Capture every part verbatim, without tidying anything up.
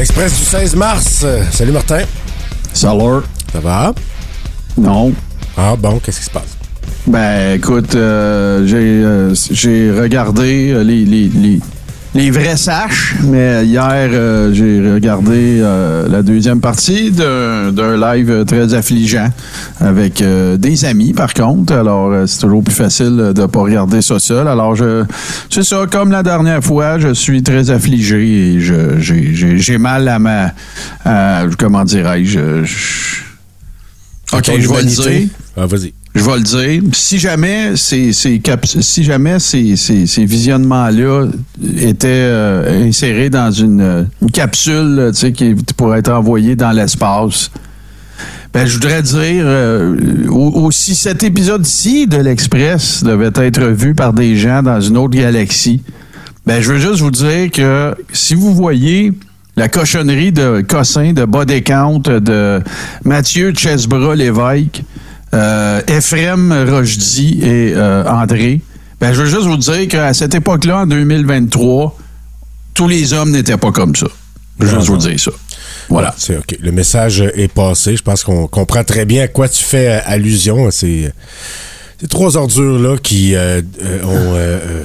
Express du seize mars. Salut Martin. Salut. Ça va? Non. Ah bon, qu'est-ce qui se passe? Ben, écoute, euh, j'ai, euh, j'ai regardé les, les, les, les vrais saches, mais hier, euh, j'ai regardé euh, la deuxième partie d'un, d'un live très affligeant avec euh, des amis, par contre. Alors, euh, c'est toujours plus facile de ne pas regarder ça seul. Alors, je, c'est ça, comme la dernière fois, je suis très affligé et je, j'ai, j'ai, j'ai mal à ma... À, comment dirais-je? Je, OK, je vais le dire. Ah, vas-y. Je vais le dire. Si jamais ces, ces, cap- si jamais ces, ces, ces visionnements-là étaient euh, insérés dans une, une capsule, tu sais, qui pourrait être envoyée dans l'espace, ben, je voudrais dire, euh, aussi cet épisode-ci de l'Express devait être vu par des gens dans une autre galaxie. Ben, je veux juste vous dire que si vous voyez la cochonnerie de Cossin, de Body Count, de Mathieu Chesbras-Lévesque, Euh, Ephrem Rochdy et euh, André, ben, je veux juste vous dire qu'à cette époque-là, en deux mille vingt-trois, tous les hommes n'étaient pas comme ça. Je veux juste vous dire ça. Voilà. Ouais, c'est OK. Le message est passé. Je pense qu'on comprend très bien à quoi tu fais allusion. C'est ces trois ordures-là qui euh, euh, ont, euh,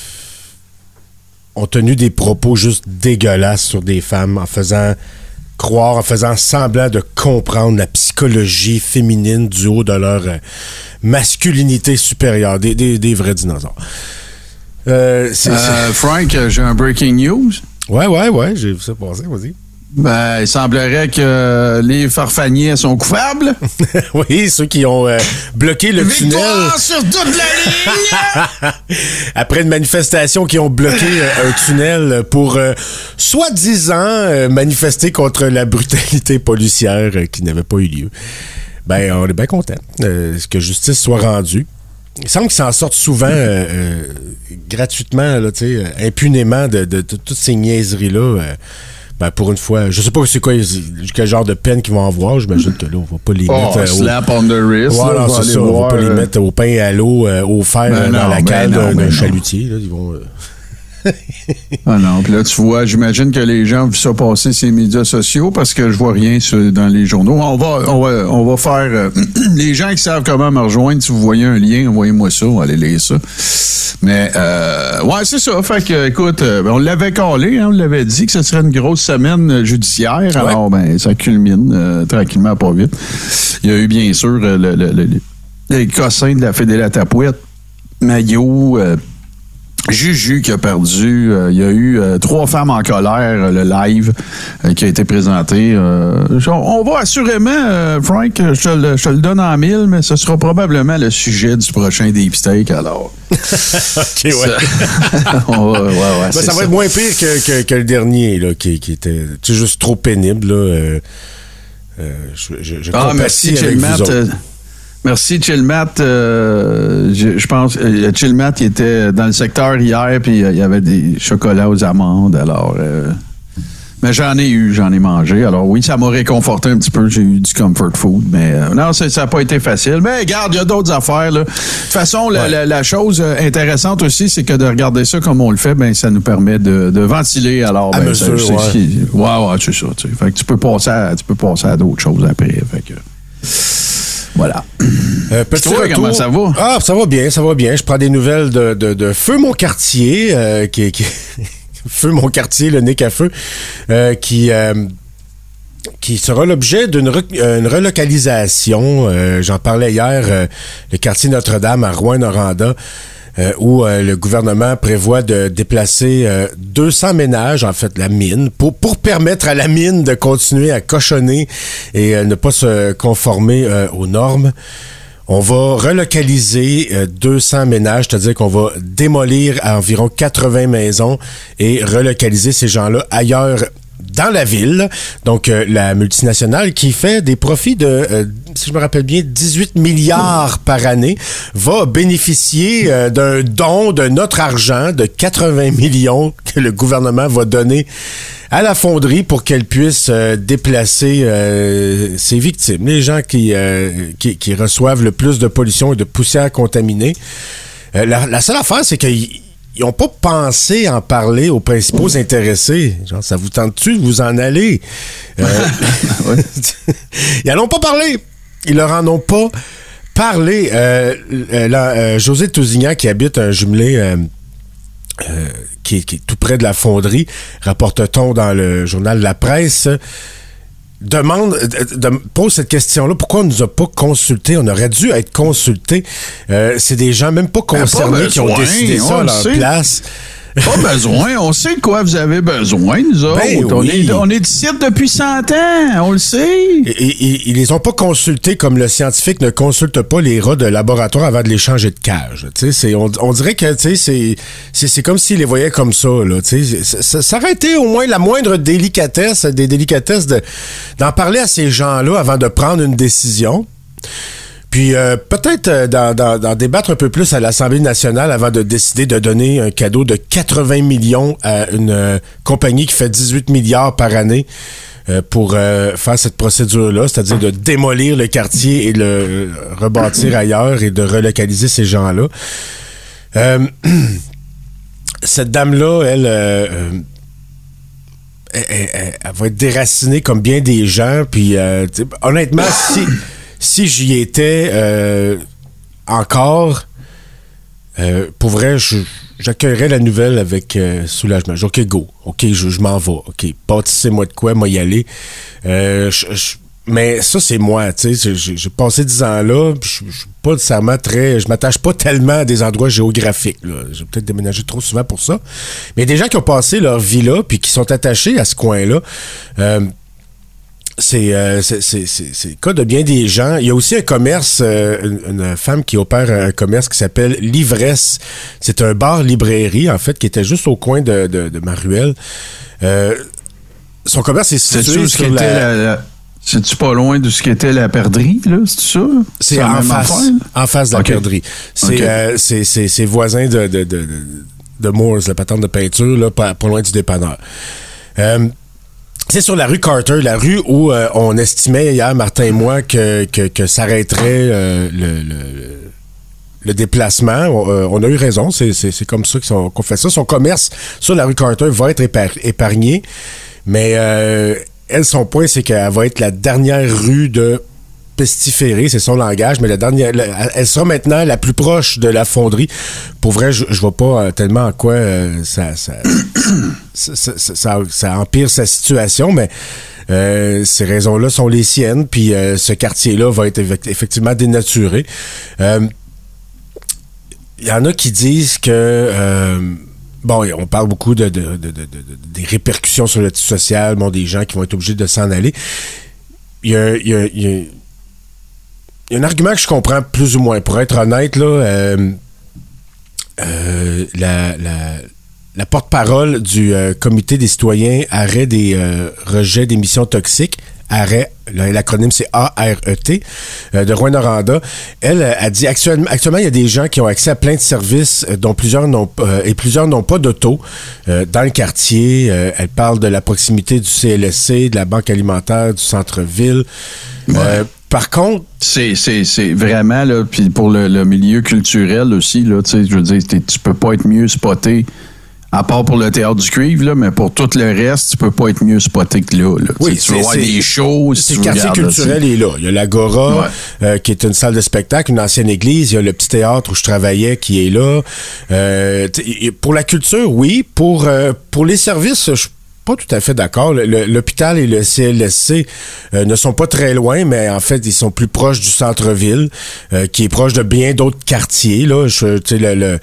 ont tenu des propos juste dégueulasses sur des femmes en faisant croire, en faisant semblant de comprendre la psychologie féminine du haut de leur euh, masculinité supérieure. Des, des, des vrais dinosaures. Euh, c'est, euh, c'est... Frank, j'ai un breaking news. Ouais, ouais, ouais, j'ai vu ça passer, vas-y. Ben, il semblerait que les farfaniers sont coupables. Oui, ceux qui ont euh, bloqué le Victoire tunnel. sur toute la ligne! Après une manifestation qui ont bloqué euh, un tunnel pour, euh, soi-disant, euh, manifester contre la brutalité policière euh, qui n'avait pas eu lieu. Ben, on est bien content euh, que justice soit rendue. Il semble qu'ils s'en sortent souvent euh, euh, gratuitement, là, euh, impunément de, de, de, de toutes ces niaiseries-là. Euh, Ben, pour une fois, je sais pas c'est quoi, quel genre de peine qu'ils vont avoir. J'imagine que là, on va pas les oh, mettre... Euh, slap au... on the wrist. Voilà, là, c'est ça. voir, on va pas euh... les mettre au pain et à l'eau, euh, au fer, ben dans non, la ben cale non, d'un ben chalutier. Là, ils vont... Euh... Ah non, puis là, tu vois, j'imagine que les gens ont vu ça passer sur les médias sociaux parce que je vois rien sur, dans les journaux. On va, on va, on va faire... Euh, les gens qui savent comment me rejoindre, si vous voyez un lien, envoyez-moi ça, on va aller lire ça. Mais, euh, ouais, c'est ça. Fait que, écoute, euh, on l'avait calé, hein, on l'avait dit que ce serait une grosse semaine judiciaire. Ouais. Alors, ben, ça culmine euh, tranquillement, pas vite. Il y a eu, bien sûr, le, le, le, le, les cossins de la Fédé la Tapouette, Maillot... Euh, Juju qui a perdu. Euh, il y a eu euh, trois femmes en colère, euh, le live euh, qui a été présenté. Euh, on va assurément, euh, Frank, je te, le, je te le donne en mille, mais ce sera probablement le sujet du prochain Deep Steak, alors. OK, ouais. Ça, on va, ouais, ouais, ben, ça, ça va être moins pire que, que, que le dernier, là, qui, qui était juste trop pénible. Là. Euh, euh, je, je, je ah, merci, Chilmat. Merci, Chilmat. Euh, je, je pense euh, Chilmat, il était dans le secteur hier, puis euh, il y avait des chocolats aux amandes. Alors, euh, mais j'en ai eu, j'en ai mangé. Alors oui, ça m'a réconforté un petit peu. J'ai eu du comfort food, mais euh, non, ça n'a pas été facile. Mais regarde, il y a d'autres affaires. Là. De toute façon, la, ouais. la, la chose intéressante aussi, c'est que de regarder ça comme on le fait, ben ça nous permet de, de ventiler. Alors, à ben, mesure, ça, ouais. C'est, ouais, ouais, c'est ça. Tu sais. Fait que tu peux passer à, tu peux passer à d'autres choses après. Fait que. Voilà. Euh, petit toi, retour. Comment ça va? Ah, ça va bien, ça va bien. Je prends des nouvelles de, de, de Feu Mon Quartier, euh, qui, qui Feu Mon Quartier, le nez à feu, euh, qui euh, qui sera l'objet d'une re, une relocalisation. Euh, j'en parlais hier, euh, le quartier Notre-Dame à Rouyn-Noranda. Euh, où euh, le gouvernement prévoit de déplacer euh, deux cents ménages, en fait, la mine, pour, pour permettre à la mine de continuer à cochonner et euh, ne pas se conformer euh, aux normes. On va relocaliser euh, deux cents ménages, c'est-à-dire qu'on va démolir à environ quatre-vingts maisons et relocaliser ces gens-là ailleurs dans la ville. Donc, euh, la multinationale qui fait des profits de, euh, si je me rappelle bien, dix-huit milliards par année, va bénéficier euh, d'un don de notre argent de quatre-vingts millions que le gouvernement va donner à la fonderie pour qu'elle puisse euh, déplacer euh, ses victimes, les gens qui, euh, qui, qui reçoivent le plus de pollution et de poussière contaminée. Euh, la, la seule affaire, c'est qu'il ils n'ont pas pensé en parler aux principaux intéressés. Genre, ça vous tente-tu de vous en aller? Euh, ils n'en ont pas parlé. Ils leur en ont pas parlé. Euh, euh, là, euh, José Tousignan, qui habite un jumelé euh, euh, qui, est, qui est tout près de la fonderie, rapporte-t-on dans le journal La Presse, demande, de, de, pose cette question-là. Pourquoi on ne nous a pas consultés? On aurait dû être consultés. Euh, c'est des gens même pas concernés pas qui ont décidé ça à leur sait. place. Pas besoin. On sait de quoi vous avez besoin, nous autres. Ben on, oui. est, on est ici depuis cent ans. On le sait. Et, et, et, ils les ont pas consultés comme le scientifique ne consulte pas les rats de laboratoire avant de les changer de cage. C'est, on, on dirait que c'est, c'est, c'est comme s'ils les voyaient comme ça. Là, ça, ça aurait été au moins la moindre délicatesse, des délicatesses de, d'en parler à ces gens-là avant de prendre une décision. Puis euh, peut-être euh, d'en, d'en, d'en débattre un peu plus à l'Assemblée nationale avant de décider de donner un cadeau de quatre-vingts millions à une euh, compagnie qui fait dix-huit milliards par année euh, pour euh, faire cette procédure-là, c'est-à-dire de démolir le quartier et le euh, rebâtir ailleurs et de relocaliser ces gens-là. Euh, cette dame-là, elle... Euh, elle, elle, elle, elle va être déracinée comme bien des gens, puis euh, honnêtement, si... Si j'y étais euh, encore, euh, pour vrai, je, j'accueillerais la nouvelle avec euh, soulagement. OK, go. OK, je, je m'en vais. OK, bâtissez-moi de quoi, moi y aller. Euh, je, je, mais ça, c'est moi, tu sais. J'ai, j'ai passé dix ans là, je, je suis pas nécessairement très... Je m'attache pas tellement à des endroits géographiques, là. J'ai peut-être déménagé trop souvent pour ça. Mais il y a des gens qui ont passé leur vie là, puis qui sont attachés à ce coin-là. Euh, C'est, euh, c'est, c'est, c'est, c'est le cas de bien des gens. Il y a aussi un commerce, euh, une, une femme qui opère un commerce qui s'appelle L'Ivresse. C'est un bar-librairie, en fait, qui était juste au coin de, de, de ma ruelle. Euh, son commerce est situé sur la... la, la... C'est-tu pas loin de ce qu'était la perdrierie, là? C'est ça? C'est, c'est en face, en face de la okay. perdrierie. C'est, okay. euh, c'est, c'est, c'est voisin de, de, de, de, de Moores, la patente de peinture, là, pas, pas loin du dépanneur. Euh, C'est sur la rue Carter, la rue où euh, on estimait hier, Martin et moi, que, que, que s'arrêterait euh, le, le, le déplacement. On, euh, on a eu raison, c'est, c'est, c'est comme ça qu'on, qu'on fait ça. Son commerce sur la rue Carter va être épar- épargné, mais euh, elle, son point, c'est qu'elle va être la dernière rue de pestiférée, c'est son langage, mais la dernière, la, elle sera maintenant la plus proche de la fonderie. Pour vrai, je, je vois pas euh, tellement en quoi euh, ça, ça, ça, ça, ça, ça empire sa situation, mais euh, ces raisons-là sont les siennes, puis euh, ce quartier-là va être effectivement dénaturé. Il euh, y en a qui disent que euh, bon, on parle beaucoup de, de, de, de, de, des répercussions sur le tissu social, bon, des gens qui vont être obligés de s'en aller. Il y a, il y a, il y a Il y a un argument que je comprends plus ou moins. Pour être honnête, là, euh, euh, la, la, la porte-parole du euh, Comité des citoyens arrêt des euh, rejets d'émissions toxiques, arrêt, l'acronyme c'est A R E T, euh, de Rouyn-Noranda, elle a dit actuellement, actuellement, il y a des gens qui ont accès à plein de services, euh, dont plusieurs n'ont euh, et plusieurs n'ont pas d'auto euh, dans le quartier. Euh, elle parle de la proximité du C L S C, de la banque alimentaire, du centre-ville. Ouais. Euh, Par contre, c'est, c'est, c'est vraiment, là, puis pour le, le milieu culturel aussi, là, tu sais, je veux dire, tu peux pas être mieux spoté, à part pour le Théâtre du Cuivre, là, mais pour tout le reste, tu peux pas être mieux spoté que là. là. Oui, tu vas voir des shows. C'est le quartier culturel est là. Il y a l'Agora, ouais. euh, qui est une salle de spectacle, une ancienne église. Il y a le petit théâtre où je travaillais qui est là. Euh, pour la culture, oui. Pour, euh, pour les services, je pas tout à fait d'accord. Le, le, l'hôpital et le C L S C euh, ne sont pas très loin, mais en fait, ils sont plus proches du centre-ville, euh, qui est proche de bien d'autres quartiers. Là, je, tu sais, le, le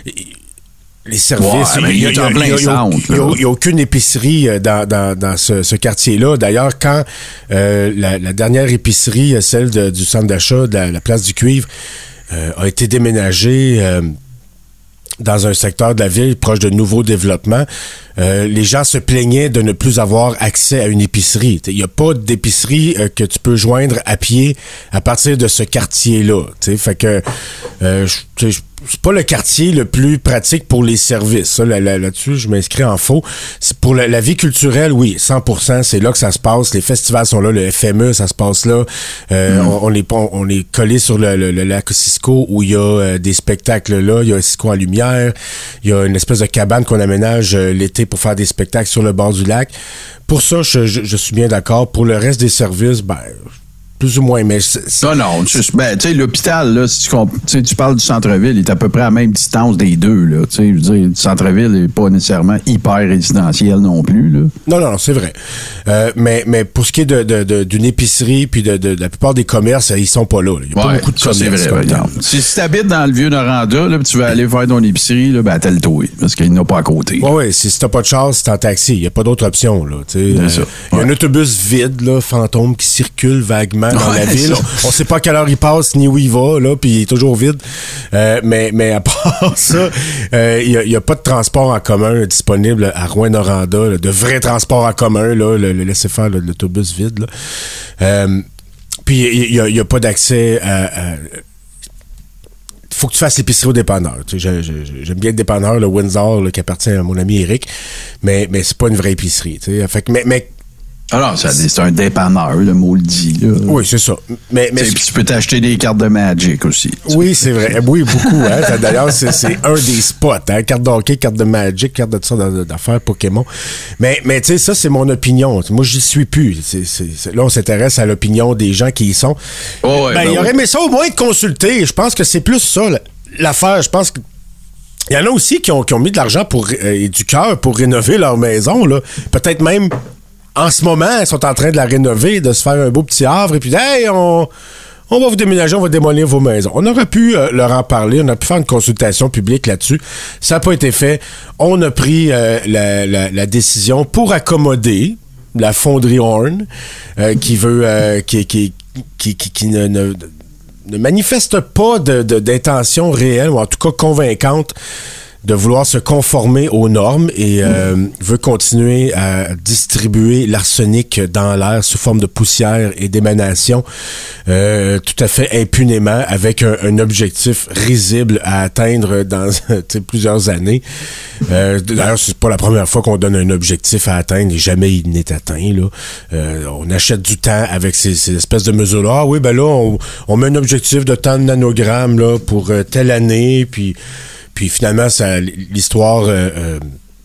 les services. Ouais, il n'y a, a, a aucune épicerie dans, dans, dans ce, ce quartier-là. D'ailleurs, quand euh, la, la dernière épicerie, celle de, du centre d'achat de la, la place du Cuivre, euh, a été déménagée euh, dans un secteur de la ville proche de nouveaux développements, euh, les gens se plaignaient de ne plus avoir accès à une épicerie. Il n'y a pas d'épicerie euh, que tu peux joindre à pied à partir de ce quartier-là. T'sais. Fait que euh, c'est pas le quartier le plus pratique pour les services. Ça, là, là, là-dessus, je m'inscris en faux. C'est pour la, la vie culturelle, oui, cent pour cent, c'est là que ça se passe. Les festivals sont là, le F M E, ça se passe là. Euh, mm. on, on, est, on, on est collé sur le, le, le lac Cisco où il y a euh, des spectacles là. Il y a un Cisco en lumière. Il y a une espèce de cabane qu'on aménage euh, l'été pour faire des spectacles sur le bord du lac. Pour ça, je, je, je suis bien d'accord. Pour le reste des services, ben... plus ou moins, mais... C'est, c'est... Non, non, tu ben, sais, l'hôpital, là, si tu, comp- tu parles du centre-ville, il est à peu près à la même distance des deux, là, tu sais, je veux dire, le centre-ville n'est pas nécessairement hyper résidentiel non plus, là. Non, non, c'est vrai. Euh, mais, mais pour ce qui est de, de, de, d'une épicerie, puis de, de, de la plupart des commerces, ils sont pas là. Il n'y a ouais, pas beaucoup de ça, commerces. C'est vrai, par si si tu habites dans le Vieux-Noranda, là, puis tu veux aller faire ton épicerie, là, ben, attelle-toi, parce qu'il n'y en a pas à côté. Oui, oui, si, si t'as pas de char, c'est en taxi. Il n'y a pas d'autre option, là, tu sais. Il euh, y a ouais. un autobus vide, là, fantôme, qui circule vaguement dans ouais, la ville. On sait pas à quelle heure il passe ni où il va, là, puis il est toujours vide. Euh, mais, mais à part ça, il euh, n'y a, a pas de transport en commun disponible à Rouyn-Noranda, là, de vrais transports en commun, là, le, le laisser faire là, l'autobus vide. Là. Euh, puis il n'y a, a pas d'accès à... à faut que tu fasses l'épicerie au dépanneur. Tu sais, j'aime bien le dépanneur, le Windsor, là, qui appartient à mon ami Eric, mais, mais c'est pas une vraie épicerie. Tu sais. Fait que, mais, mais Alors, ça, c'est un dépanneur, le mot le dit. Là. Oui, c'est ça. Mais, mais c'est, tu peux t'acheter des cartes de Magic aussi. Oui, c'est vrai. Oui, beaucoup. Hein. D'ailleurs, c'est, c'est un des spots. Hein. Carte de hockey, carte de Magic, carte de ça d'affaires Pokémon. Mais, mais tu sais, ça, c'est mon opinion. Moi, j'y suis plus. C'est, c'est, c'est, là, on s'intéresse à l'opinion des gens qui y sont. Oh, ouais, ben, ben il oui. aurait aimé ça au moins être consulté. Je pense que c'est plus ça, l'affaire. Je pense que il y en a aussi qui ont, qui ont mis de l'argent pour, euh, et du cœur pour rénover leur maison. Là. Peut-être même... En ce moment, ils sont en train de la rénover, de se faire un beau petit havre, et puis, hey, on, on va vous déménager, on va démolir vos maisons. On aurait pu euh, leur en parler, on a pu faire une consultation publique là-dessus. Ça n'a pas été fait. On a pris euh, la, la, la décision pour accommoder la fonderie Horn, euh, qui veut, euh, qui, qui, qui, qui, qui ne, ne, ne manifeste pas de, de, d'intention réelle, ou en tout cas convaincante, de vouloir se conformer aux normes et euh, mmh. veut continuer à distribuer l'arsenic dans l'air sous forme de poussière et d'émanation euh, tout à fait impunément avec un, un objectif risible à atteindre dans plusieurs années. Euh, d'ailleurs, c'est pas la première fois qu'on donne un objectif à atteindre et jamais il n'est atteint. Là. Euh, on achète du temps avec ces, ces espèces de mesures-là. Ah oui, ben là, on, on met un objectif de tant de nanogrammes là, pour euh, telle année, puis Puis finalement, ça, l'histoire euh, euh,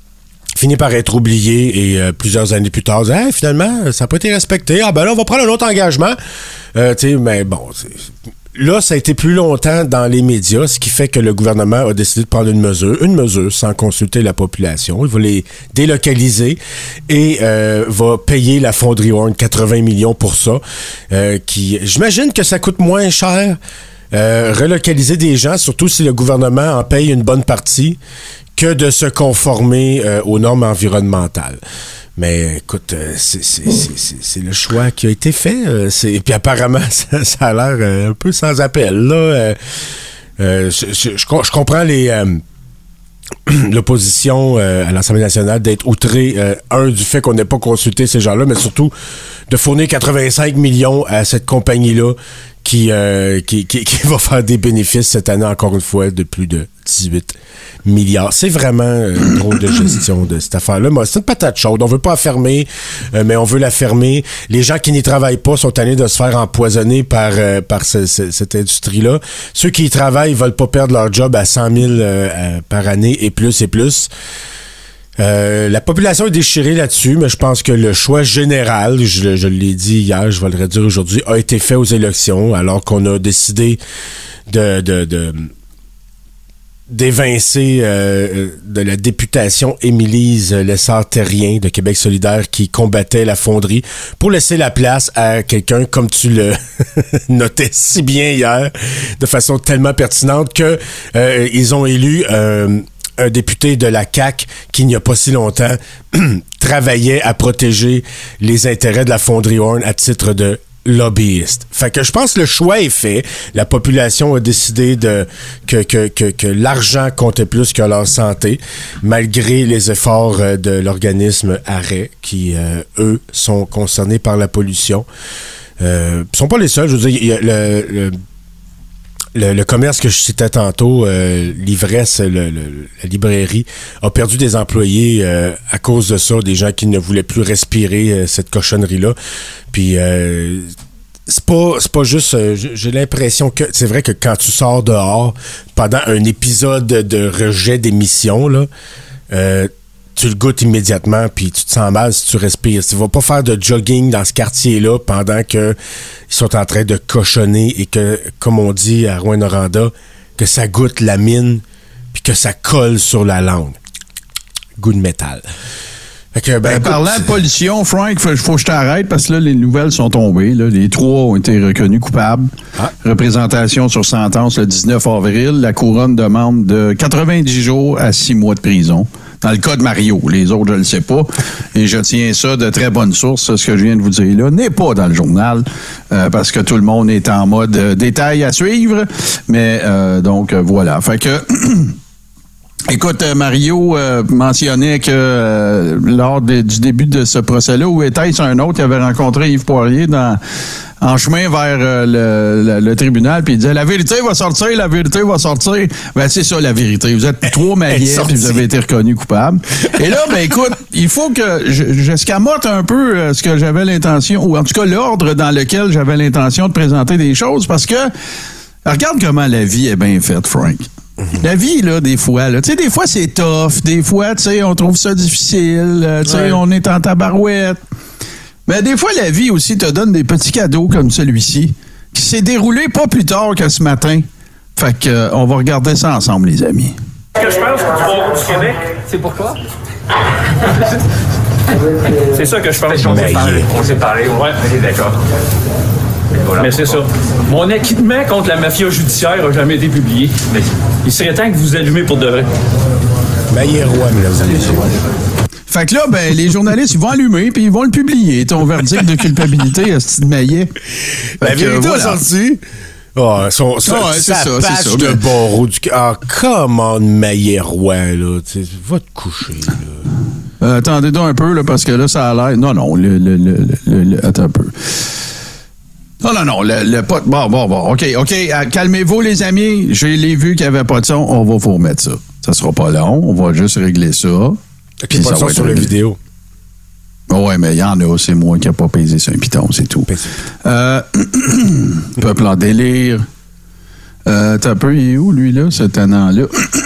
finit par être oubliée et euh, plusieurs années plus tard, hey, finalement, ça n'a pas été respecté. Ah ben là, on va prendre un autre engagement. Euh, tu sais, mais bon, c'est, là, ça a été plus longtemps dans les médias, ce qui fait que le gouvernement a décidé de prendre une mesure, une mesure sans consulter la population. Il va les délocaliser et euh, va payer la fonderie Horn quatre-vingts millions pour ça. Euh, qui, j'imagine que ça coûte moins cher. Euh, relocaliser des gens, surtout si le gouvernement en paye une bonne partie, que de se conformer euh, aux normes environnementales. Mais écoute, euh, c'est, c'est, c'est, c'est, c'est le choix qui a été fait. Euh, c'est, puis apparemment, ça, ça a l'air euh, un peu sans appel. Là, euh, euh, je, je, je, je comprends les... Euh, l'opposition euh, à l'Assemblée nationale d'être outrée, euh, un, du fait qu'on n'ait pas consulté ces gens-là, mais surtout de fournir quatre-vingt-cinq millions à cette compagnie-là qui, euh, qui, qui, qui va faire des bénéfices cette année, encore une fois, de plus de dix-huit milliards. C'est vraiment euh, une drôle de gestion de cette affaire-là. Mais c'est une patate chaude. On veut pas la fermer, euh, mais on veut la fermer. Les gens qui n'y travaillent pas sont tannés de se faire empoisonner par, euh, par ce, ce, cette industrie-là. Ceux qui y travaillent veulent pas perdre leur job à cent mille euh, euh, par année et plus et plus. Euh, la population est déchirée là-dessus, mais je pense que le choix général, je, je l'ai dit hier, je vais le redire aujourd'hui, a été fait aux élections, alors qu'on a décidé de... de, de d'évincer euh, de la députation Émilise Lessard-Terrien de Québec solidaire qui combattait la fonderie pour laisser la place à quelqu'un, comme tu le notais si bien hier, de façon tellement pertinente que euh, ils ont élu euh, un député de la C A Q qui, il n'y a pas si longtemps, travaillait à protéger les intérêts de la fonderie Horn à titre de lobbyiste. Fait que je pense que le choix est fait. La population a décidé de que, que, que, que l'argent comptait plus que leur santé, malgré les efforts euh, de l'organisme Arrêt, qui, euh, eux, sont concernés par la pollution. Euh, ils sont pas les seuls. Je veux dire, il y a le... le le, le commerce que je citais tantôt, euh, l'ivresse, le, le, la librairie, a perdu des employés euh, à cause de ça, des gens qui ne voulaient plus respirer euh, cette cochonnerie-là. Puis euh, c'est pas c'est pas juste... Euh, j'ai l'impression que c'est vrai que quand tu sors dehors, pendant un épisode de rejet d'émission, là, euh, tu le goûtes immédiatement, puis tu te sens mal si tu respires. Tu vas pas faire de jogging dans ce quartier-là pendant que ils sont en train de cochonner et que, comme on dit à Rouyn-Noranda, que ça goûte la mine, puis que ça colle sur la langue. Goût de métal. Fait que, ben, ben, écoute, parlant de pollution, Frank, il faut, faut que je t'arrête parce que là, les nouvelles sont tombées. Là. Les trois ont été reconnus coupables. Ah. Représentation sur sentence le dix-neuf avril. La couronne demande de quatre-vingt-dix jours à six mois de prison. Dans le cas de Mario, les autres, je ne le sais pas. Et je tiens ça de très bonne source. Ce que je viens de vous dire là n'est pas dans le journal euh, parce que tout le monde est en mode euh, détail à suivre. Mais euh, donc, euh, voilà. Fait que... Écoute, Mario euh, mentionnait que euh, lors de, du début de ce procès-là, où était-ce un autre qui avait rencontré Yves Poirier dans... en chemin vers euh, le, le, le tribunal, puis il disait « La vérité va sortir, la vérité va sortir. » Ben, c'est ça, la vérité. Vous êtes trois maillets, puis vous avez été reconnus coupables. Et là, ben écoute, il faut que je, je scamote un peu euh, ce que j'avais l'intention, ou en tout cas l'ordre dans lequel j'avais l'intention de présenter des choses, parce que regarde comment la vie est bien faite, Frank. La vie, là, des fois, là, tu sais, des fois, c'est tough. Des fois, tu sais, on trouve ça difficile. Euh, tu sais, ouais. On est en tabarouette. Mais des fois, la vie aussi te donne des petits cadeaux comme celui-ci, qui s'est déroulé pas plus tard que ce matin. Fait que, euh, on va regarder ça ensemble, les amis. Ce que je pense du Barreau du Québec, c'est pourquoi? C'est ça que je pense. On s'est parlé, on s'est parlé, ouais, on est d'accord. Voilà, mais c'est ça. Mon acquittement contre la mafia judiciaire n'a jamais été publié. Mais il serait temps que vous allumez pour de vrai. Maillet roi, mesdames et messieurs. Fait que là, ben, les journalistes, ils vont allumer puis ils vont le publier, ton verdict de culpabilité à ce Maillet. La vérité euh, voilà. a sorti. Oh, son, son, oh, ouais, c'est ça, page c'est ça, de mais... Barreau du... Ah, comment Maillet roi, là. T'sais, va te coucher, là. Euh, attendez donc un peu, là, parce que là, ça a l'air... Non, non, le... le, le, le, le... Attends un peu. Non, non, non, le, le pot... Bon, bon, bon, OK, OK, euh, calmez-vous, les amis. Je l'ai vu qu'il n'y avait pas de son. On va vous remettre ça. Ça sera pas long. On va juste régler ça. Puis pas de son sur la vidéo. Oui, mais il y en a. C'est moi qui n'ai pas pesé sur un piton, c'est tout. Euh, Peuple en délire. Euh, t'as un peu, il est où, lui, là, cet an-là?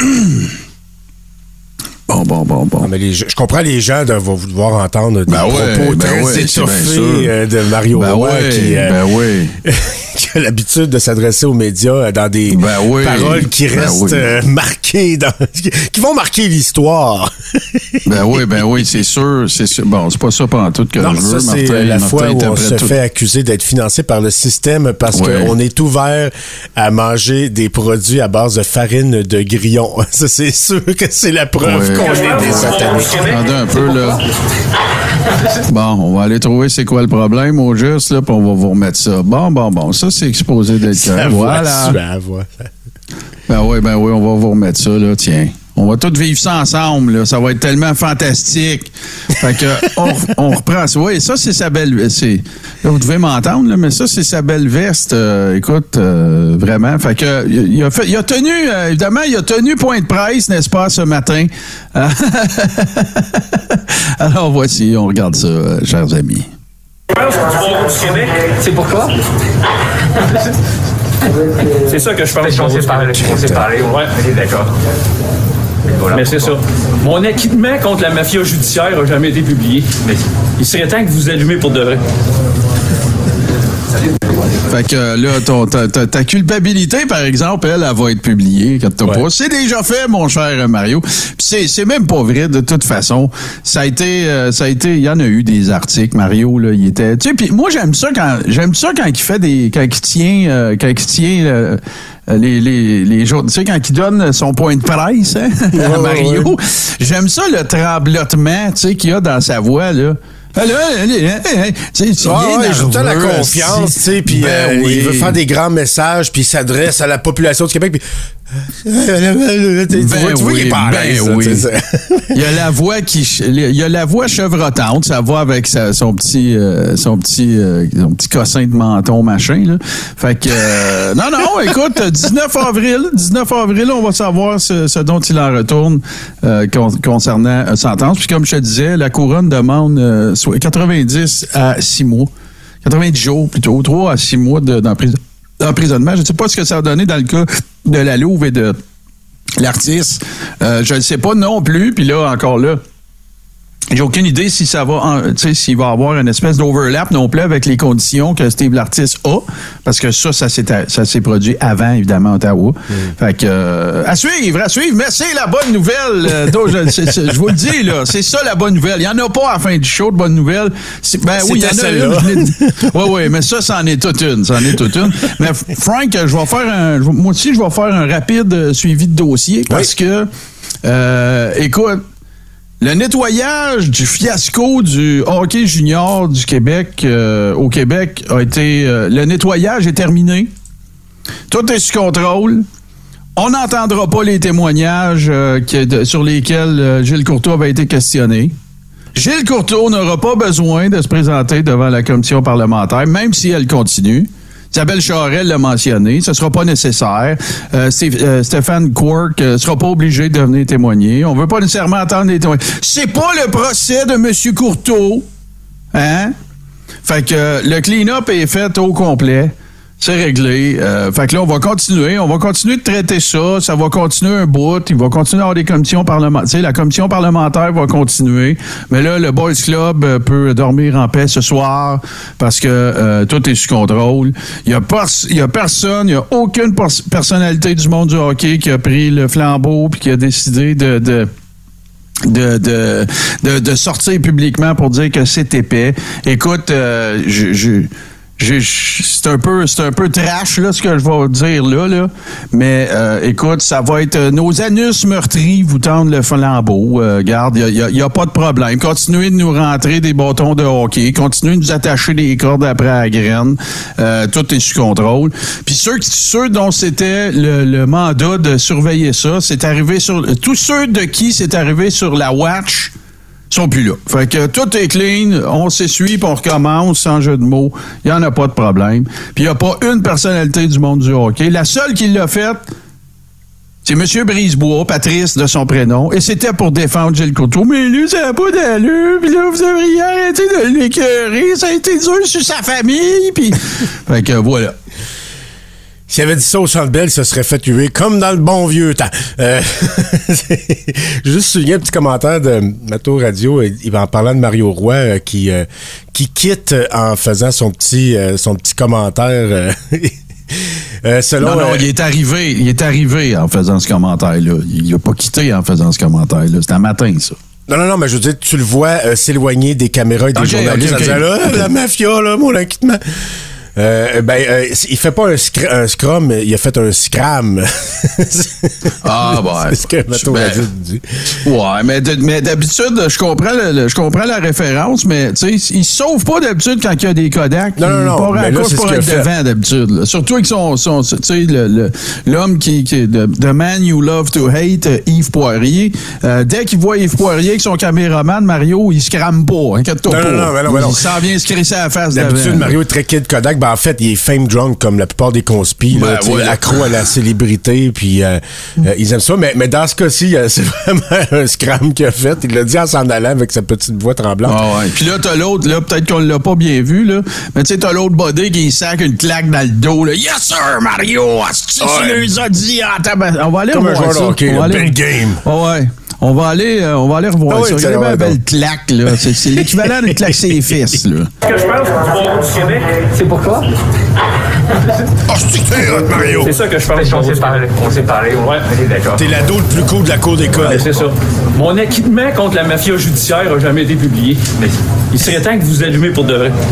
Bon, bon, bon, bon. Non, mais les, je comprends les gens de vouloir entendre des ben ouais, propos ben très ouais, étoffés euh, de Mario ben Roy ouais, qui, euh, ben ouais. qui a l'habitude de s'adresser aux médias dans des ben ouais, paroles qui ben restent oui. euh, marquées, dans, qui vont marquer l'histoire. ben oui, ben oui, c'est sûr, c'est sûr. Bon, c'est pas ça pendant tout que non, je veux. Ça, c'est Martin, la Martin fois où on se tout. fait accuser d'être financé par le système parce ouais. qu'on est ouvert à manger des produits à base de farine de grillon. Ça, c'est sûr que c'est la preuve ouais. qu'on est des satanés. Attendez un peu, là. Bon, on va aller trouver c'est quoi le problème au juste, là, puis on va vous remettre ça. Bon, bon, bon, ça, c'est exposé d'être clair. Voilà. Voix. Ben oui, ben oui, on va vous remettre ça, là, tiens. On va tous vivre ça ensemble, là. Ça va être tellement fantastique. Fait que, on, on reprend ça. Oui, ça, c'est sa belle... C'est, là, vous devez m'entendre, là, mais ça, c'est sa belle veste. Euh, écoute, euh, vraiment. Fait que, il a, fait, il a tenu, euh, évidemment, il a tenu point de presse, n'est-ce pas, ce matin. Alors, voici, on regarde ça, euh, chers amis. Je pense du Barreau du Québec, c'est pourquoi? C'est ça que je pense. On s'est parlé, on s'est parlé, ouais, on est d'accord. Voilà, mais c'est ça. Mon acquittement contre la mafia judiciaire n'a jamais été publié. Mais il serait temps que vous allumez pour de vrai. Fait que là, ton, ta, ta, ta culpabilité, par exemple, elle, elle va être publiée quand t'as ouais. pas. C'est déjà fait, mon cher Mario. Puis c'est, c'est même pas vrai, de toute façon. Ça a été, euh, ça a été, il y en a eu des articles, Mario, là, il était, tu sais, puis moi, j'aime ça quand, j'aime ça quand il fait des, quand il tient, euh, quand il tient, euh, les, les, les jours, tu sais, quand il donne son point de presse, hein, ouais, à Mario. Ouais. J'aime ça, le tremblotement, tu sais, qu'il y a dans sa voix, là. Alors, tu sais, ah, ouais, il a la confiance, tu sais, puis ben euh, oui. il veut faire des grands messages, puis il s'adresse à la population du Québec, puis tu vois, tu vois, il est pas à l'aise, ben oui. Il y a la voix qui, il y a la voix chevrotante, sa voix avec sa, son petit, euh, son petit, euh, son petit cossin de menton machin là. Fait que, euh, non non, écoute, dix-neuf avril, dix-neuf avril, on va savoir ce, ce dont il en retourne euh, con, concernant euh, sentence. Puis comme je te disais, la couronne demande euh, quatre-vingt-dix à six mois, quatre-vingt-dix jours plutôt, trois à six mois de, d'emprisonnement. Emprisonnement. Je ne sais pas ce que ça a donné dans le cas de la Louve et de l'artiste. Euh, je ne sais pas non plus. Puis là, encore là, j'ai aucune idée si ça va, tu sais, s'il va y avoir une espèce d'overlap non plus avec les conditions que Steve l'artiste a, parce que ça, ça s'est, ça s'est produit avant, évidemment, à Ottawa. Mm. Fait que, euh, à suivre, à suivre, mais c'est la bonne nouvelle. Euh, je, c'est, c'est, je vous le dis, là, c'est ça la bonne nouvelle. Il n'y en a pas à la fin du show de bonnes nouvelles. C'est, ben oui, il y en a une. Oui, oui, mais ça, c'en est toute une. C'en est toute une. Mais Frank, je vais faire un, moi aussi, je vais faire un rapide suivi de dossier, parce oui. que, euh, écoute, le nettoyage du fiasco du hockey junior du Québec euh, au Québec a été... Euh, le nettoyage est terminé. Tout est sous contrôle. On n'entendra pas les témoignages euh, qui, de, sur lesquels euh, Gilles Courteau avait été questionné. Gilles Courteau n'aura pas besoin de se présenter devant la commission parlementaire, même si elle continue. Isabelle Charest l'a mentionné, ce ne sera pas nécessaire. Euh, Steve, euh, Stéphane Quirk ne euh, sera pas obligé de venir témoigner. On ne veut pas nécessairement attendre les témoignages. C'est pas le procès de M. Courteau. Hein? Fait que euh, le clean-up est fait au complet. C'est réglé. Euh, fait que là, on va continuer. On va continuer de traiter ça. Ça va continuer un bout. Il va continuer à avoir des commissions parlementaires. Tu sais, la commission parlementaire va continuer. Mais là, le Boys Club euh, peut dormir en paix ce soir parce que euh, tout est sous contrôle. Il y a, pers- y a personne, il n'y a aucune pers- personnalité du monde du hockey qui a pris le flambeau puis qui a décidé de... de De, de, de, de sortir publiquement pour dire que c'est épais. Écoute, euh, je... je Je, je, c'est un peu c'est un peu trash là ce que je vais dire là là mais euh, écoute, ça va être euh, nos anus meurtris vous tendent le flambeau. Euh, garde, il y a, y a pas de problème. Continuez de nous rentrer des bâtons de hockey, continuez de nous attacher des cordes après la graine. Euh, tout est sous contrôle. Puis ceux ceux dont c'était le, le mandat de surveiller ça, c'est arrivé sur tous ceux de qui c'est arrivé sur la watch sont plus là. Fait que tout est clean, on s'essuie puis on recommence sans jeu de mots. Il n'y en a pas de problème. Puis il n'y a pas une personnalité du monde du hockey. La seule qui l'a faite, c'est M. Brisebois, Patrice de son prénom, et c'était pour défendre Gilles Courteau. Mais lui, ça n'a pas d'allure, puis là, vous devriez arrêter de l'écœurer, ça a été dur sur sa famille, puis... Fait que voilà. S'il avait dit ça au Centre Bell, il se serait fait tuer comme dans le bon vieux temps. Euh, juste souligner un petit commentaire de Mato Radio, il va en parlant de Mario Roy euh, qui euh, qui quitte en faisant son petit euh, son petit commentaire. Euh, euh, selon, non, non, euh, il est arrivé, il est arrivé en faisant ce commentaire-là. Il n'a pas quitté en faisant ce commentaire-là. C'était un matin, ça. Non, non, non, mais je veux dire, tu le vois euh, s'éloigner des caméras et des okay, journalistes okay, okay. en disant, là, la mafia, là, mon acquittement. Euh, ben, euh, il fait pas un, scr- un scrum, il a fait un scram. Ah, ouais. C'est ce que Mato ben, dit. Ouais, mais, de, mais d'habitude, je comprends, le, le, je comprends la référence, mais tu sais, il se sauve pas d'habitude quand il y a des Kodak. Non, non, non. Pas mais là, c'est pour ce être devant fait. d'habitude. Là. Surtout avec son, son tu sais, le, le, l'homme qui, qui the man you love to hate, Yves Poirier. Euh, dès qu'il voit Yves Poirier avec son caméraman, Mario, il se crame pas. Inquiète-toi non, pas. Non, non, mais non, mais non. Il s'en vient se crisser à la face d'avant. D'habitude, Mario est très kid Kodak. Ben, en fait, il est fame drunk comme la plupart des conspis, ben, voilà. Accro à la célébrité, puis euh, euh, ils aiment ça. Mais, mais dans ce cas-ci, euh, c'est vraiment un scram qu'il a fait. Il l'a dit en s'en allant avec sa petite voix tremblante. Ah ouais. Puis là, t'as l'autre, là, peut-être qu'on l'a pas bien vu, là, mais tu sais, t'as l'autre body qui sac une claque dans le dos, là. Yes, sir, Mario! Asti, ouais. Tu nous as dit en tabac. On va aller comme revoir un joueur de hockey, on le big game. Oh, ouais. On va aller, euh, on va aller revoir ah oui, ça. Regardez une belle claque, là. C'est, c'est l'équivalent d'une claque ses fesses, là. Ce que je pense du Barreau du Québec, c'est pourquoi? Oh, c'est Mario! C'est ça que je pense. On s'est parlé. On s'est parlé, ouais. Allez, d'accord. T'es l'ado le plus cool de la cour d'école. Ouais, c'est ça. Mon acquittement contre la mafia judiciaire n'a jamais été publié. Mais il serait temps que vous allumez pour de vrai.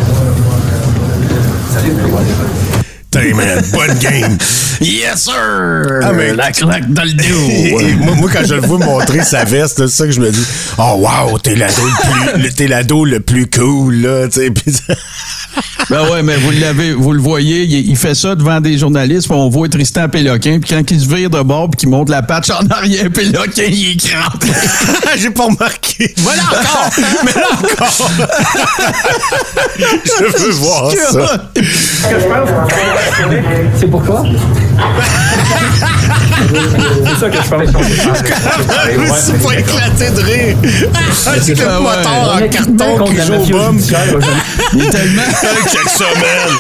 Hey man, bonne game! Yes, sir! Ah, mais... La claque dans le dos! moi, moi, quand je le vois montrer sa veste, c'est ça que je me dis. Oh, wow, t'es l'ado le plus, t'es l'ado le plus cool, là, tu sais. Ben ouais, mais vous l'avez, vous le voyez, il, il fait ça devant des journalistes, puis on voit Tristan Péloquin, puis quand il se vire de bord, puis qu'il monte la patch en arrière, Péloquin, il est crampé. J'ai pas remarqué. Voilà encore! Mais là encore! Je veux voir ça. C'est pourquoi? C'est ça que je pense. Je me suis pas éclaté de rire. C'est le Ah ouais. moteur en carton qui joue au bum. Il est tellement... Chaque semaine.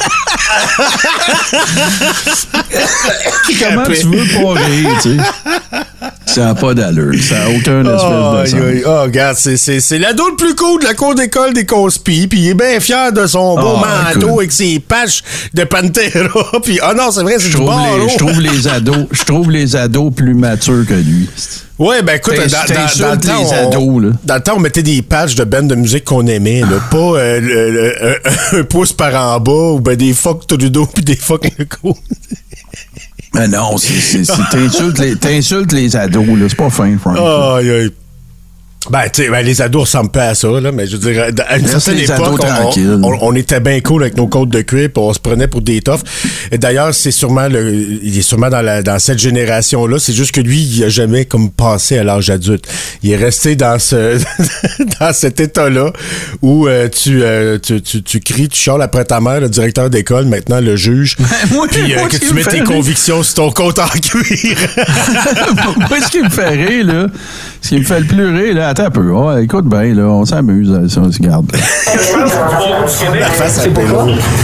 Comment tu veux pas rire, tu sais? Ça n'a pas d'allure. Ça n'a aucun espèce Oh, de sens. aïe, aïe. Oh, regarde, c'est, c'est, c'est l'ado le plus cool de la cour d'école des conspis, puis il est bien fier de son beau Oh, manteau écoute. avec ses patchs de Pantera, puis oh non, c'est vrai, c'est Je du trouve, barreau. les, je trouve les ados, je trouve les ados plus matures que lui. Ouais, ben écoute, T'ins- dans, dans, dans le temps, les on, ados, là. dans le temps, on mettait des patchs de bandes de musique qu'on aimait, là, pas euh, le- le- un, un pouce par en bas, ou ben des fuck Trudeau puis des fuck Legault. Mais non, c'est, c'est, c'est, t'insultes, les, t'insultes les ados, là. C'est pas fin, Frank. Aïe, aïe. Ben, tu sais, ben, les ados ressemblent pas à ça, là, mais je veux dire, à une Laisse certaine les ados époque, on, tranquilles. on, on était bien cool avec nos côtes de cuir, puis on se prenait pour des toffes. Et d'ailleurs, c'est sûrement le, il est sûrement dans la, dans cette génération-là. C'est juste que lui, il a jamais comme passé à l'âge adulte. Il est resté dans ce, dans cet état-là où euh, tu, euh, tu, tu, tu cries, tu chiales après ta mère, le directeur d'école, maintenant le juge. moi, Puis euh, moi, que ce qui tu me mets fait tes rire- convictions sur ton compte en cuir. Moi, ce qui me fait rire, là, ce qui me fait le plus rire, là, attends un peu. Oh, écoute bien, là, on s'amuse, là, ça, on se garde. Face à Pélo.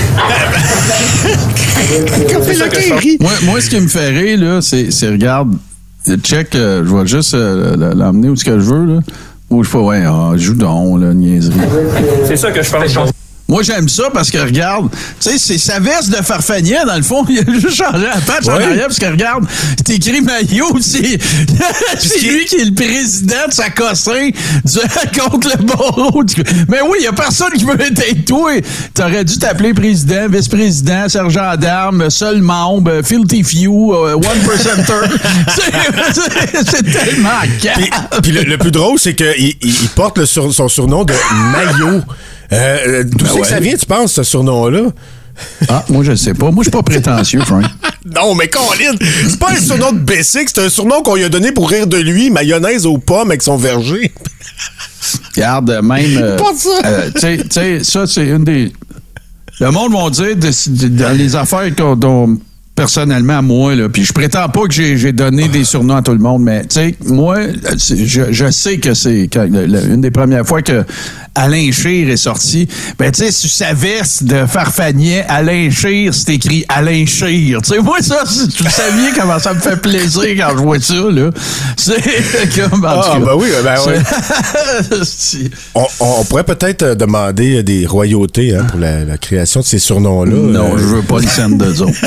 Moi, moi, ce qui me fait rire, là, c'est, c'est regarde, check, euh, je vais juste euh, l'emmener où ce que je veux, là. Ou je fais, ouais, ah, joue donc, là, niaiserie. C'est ça que je pense. Moi, j'aime ça parce que, regarde, tu sais, c'est sa veste de Farfagnet, dans le fond. Il a juste changé la patch en Ouais. arrière parce que, regarde, c'est écrit maillot, c'est, c'est lui qui est le président de sa cossin du- contre le barreau. du- Mais oui, il n'y a personne qui veut être toi. T'aurais dû t'appeler président, vice-président, sergent d'armes, seul membre, filthy few, uh, one percenter. c'est, c'est, c'est tellement calme. Puis, puis le, le plus drôle, c'est qu'il il, il porte le sur- son surnom de Maillot. Euh, d'où Ben c'est que ouais. ça vient, tu penses, ce surnom-là? Ah, moi, je sais pas. Moi, je suis pas prétentieux, Frank. Non, mais Colin, c'est pas un surnom de Bessic, c'est un surnom qu'on lui a donné pour rire de lui, mayonnaise aux pommes avec son verger. Regarde, même. euh, Pas ça. euh, tu sais- tu sais, ça, c'est une des. Le monde va dire de- de- dans les affaires qu'on- dont. Personnellement, moi, là, puis je prétends pas que j'ai, j'ai donné des surnoms à tout le monde, mais tu sais, moi, c'est- je, je sais que c'est quand, le- le- une des premières fois que Alain Scheer est sorti, ben tu sais, sur sa veste de Farfagnet, Alain Scheer, c'est écrit Alain Scheer. Tu sais, moi, ça, c'est- tu saviez comment ça me fait plaisir quand je vois ça, là. C'est comme, en tout Ah, cas, ben oui, ben oui. c'est- On, on pourrait peut-être euh, demander des royautés hein, pour la, la création de ces surnoms-là. Non, Euh, je veux pas une scène de zone.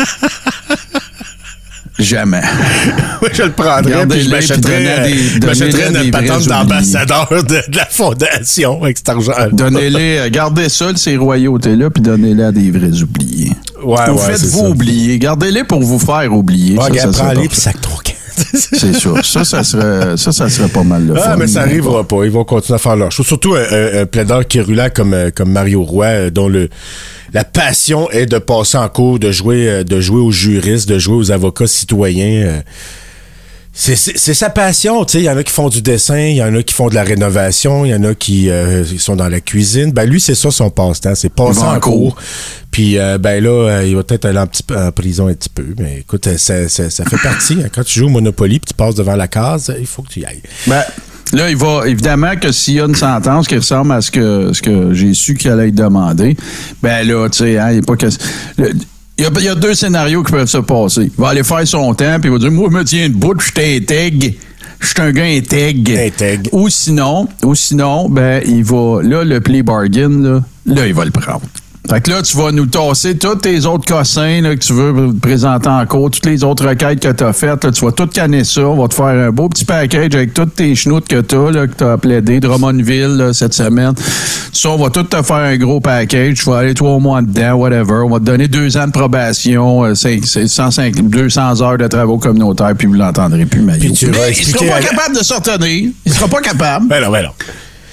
Jamais. Oui, je le prendrais, Gardez-les, puis je puis donnez à m'achèterais, des- je m'achèterais donnez-les à une des patente vrais d'ambassadeur de, de la fondation avec cet argent-là. Donnez-les, euh, gardez ça, ces royautés-là, puis donnez-les à des vrais oubliés. Ouais, Ou ouais, c'est faites-vous ça. oublier. Gardez-les pour vous faire oublier. Ah, ça, regarde, ça serait prends-les, parfait. puis sac ton camp. C'est sûr. Ça, ça serait, ça, ça serait pas mal le fun. Ah, mais ça arrivera pas. Ils vont continuer à faire leur chose. Surtout un, un, un plaideur qui est roulant comme, euh, comme Mario Roy, euh, dont le, la passion est de passer en cours, de jouer, euh, de jouer aux juristes, de jouer aux avocats citoyens. euh. C'est, c'est, c'est sa passion, tu sais. Il y en a qui font du dessin, il y en a qui font de la rénovation, il y en a qui euh, sont dans la cuisine. Ben lui, c'est ça son passe-temps, c'est passer Il va en en cours. cours. Puis euh, ben là, euh, il va peut-être aller un petit peu en prison un petit peu. Mais écoute, euh, ça, ça, ça fait partie. Hein. Quand tu joues au Monopoly puis tu passes devant la case, il faut que tu y ailles. Ben, là, il va évidemment que s'il y a une sentence qui ressemble à ce que, ce que j'ai su qu'il allait être demandé, ben là, tu sais, hein, il n'y a pas que. le- Il y, a, il y a deux scénarios qui peuvent se passer. Il va aller faire son temps, puis il va dire moi, je me tiens debout, je suis intègre. Je suis un gars intègre. Intègre. Ou sinon, ou sinon, ben, il va. Là, le plea bargain, là, là, il va le prendre. Fait que là, tu vas nous tasser tous tes autres cossins là, que tu veux présenter en cours, toutes les autres requêtes que tu as faites. Là, tu vas tout canner ça. On va te faire un beau petit package avec toutes tes chenoutes que tu as, que tu as plaidé, Drummondville là, cette semaine. Ça, on va tout te faire un gros package. Tu vas aller trois mois dedans, whatever. On va te donner deux ans de probation, euh, cinq- cent cinquante, deux cents heures de travaux communautaires, puis vous l'entendrez plus, Maillot. Puis tu vas Mais il expliquer sera pas à la- capable de se retenir. Il sera pas capable. Ben non, ben non.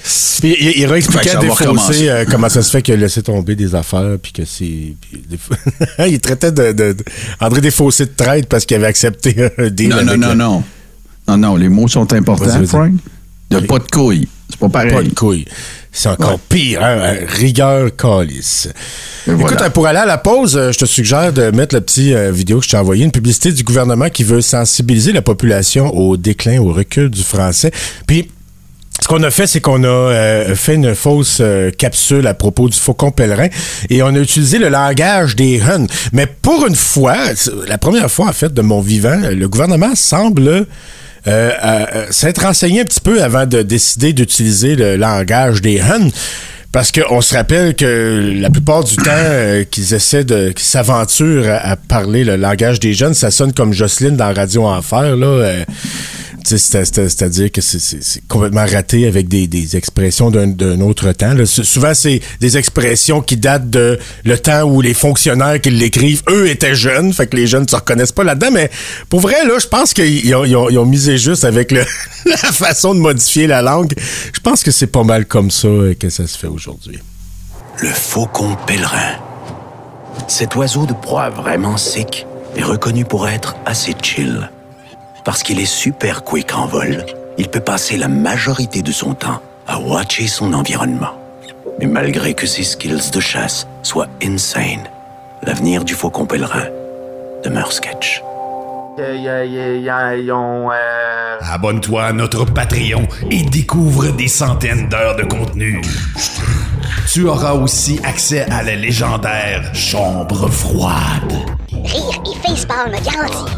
Puis il, il réexpliquait à Desfossés euh, comment ça se fait qu'il a laissé tomber des affaires, puis que c'est... Puis, des... il traitait de, de, de André Desfossés de traître parce qu'il avait accepté un deal. Non, non, non, le... non. Non, non, les mots sont importants, vas-y, vas-y. Frank. Il n'y a pas de couilles. C'est pas pareil. Pas de couilles. C'est encore ouais. pire, hein? Rigueur calice. Écoute, voilà. Pour aller à la pause, je te suggère de mettre la petite euh, vidéo que je t'ai envoyée, une publicité du gouvernement qui veut sensibiliser la population au déclin, au recul du français. Puis, ce qu'on a fait, c'est qu'on a euh, fait une fausse euh, capsule à propos du faucon pèlerin et on a utilisé le langage des Huns. Mais pour une fois, la première fois, en fait, de mon vivant, le gouvernement semble... Euh, euh, s'être renseigné un petit peu avant de décider d'utiliser le langage des Huns, parce qu'on se rappelle que la plupart du temps euh, qu'ils essaient de qu'ils s'aventurent à, à parler le langage des jeunes, ça sonne comme Jocelyne dans Radio Enfer, là. Euh, C'est, c'est, c'est-à-dire que c'est, c'est, c'est complètement raté avec des, des expressions d'un, d'un autre temps. Là. Souvent, c'est des expressions qui datent de le temps où les fonctionnaires qui l'écrivent, eux, étaient jeunes. Fait que les jeunes ne se reconnaissent pas là-dedans. Mais pour vrai, là, je pense qu'ils ont, ils ont, ils ont misé juste avec le, la façon de modifier la langue. Je pense que c'est pas mal comme ça que ça se fait aujourd'hui. Le faucon pèlerin. Cet oiseau de proie vraiment sec est reconnu pour être assez chill. Parce qu'il est super quick en vol, il peut passer la majorité de son temps à watcher son environnement. Mais malgré que ses skills de chasse soient insane, l'avenir du faucon pèlerin demeure sketch. Yeah, yeah, yeah, ils ont, euh... Abonne-toi à notre Patreon et découvre des centaines d'heures de contenu. Tu auras aussi accès à la légendaire Chambre froide. Rire et facepalm garanti.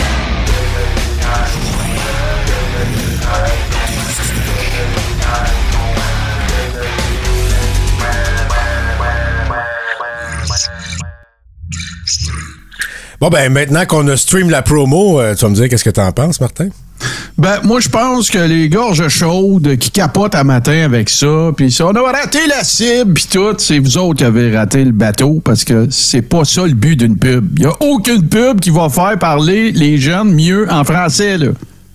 Bon, ben, maintenant qu'on a stream la promo, euh, tu vas me dire qu'est-ce que t'en penses, Martin? Ben, moi, je pense que les gorges chaudes qui capotent à matin avec ça, puis ça, on a raté la cible, puis tout, c'est vous autres qui avez raté le bateau, parce que c'est pas ça le but d'une pub. Il y a aucune pub qui va faire parler les jeunes mieux en français, là.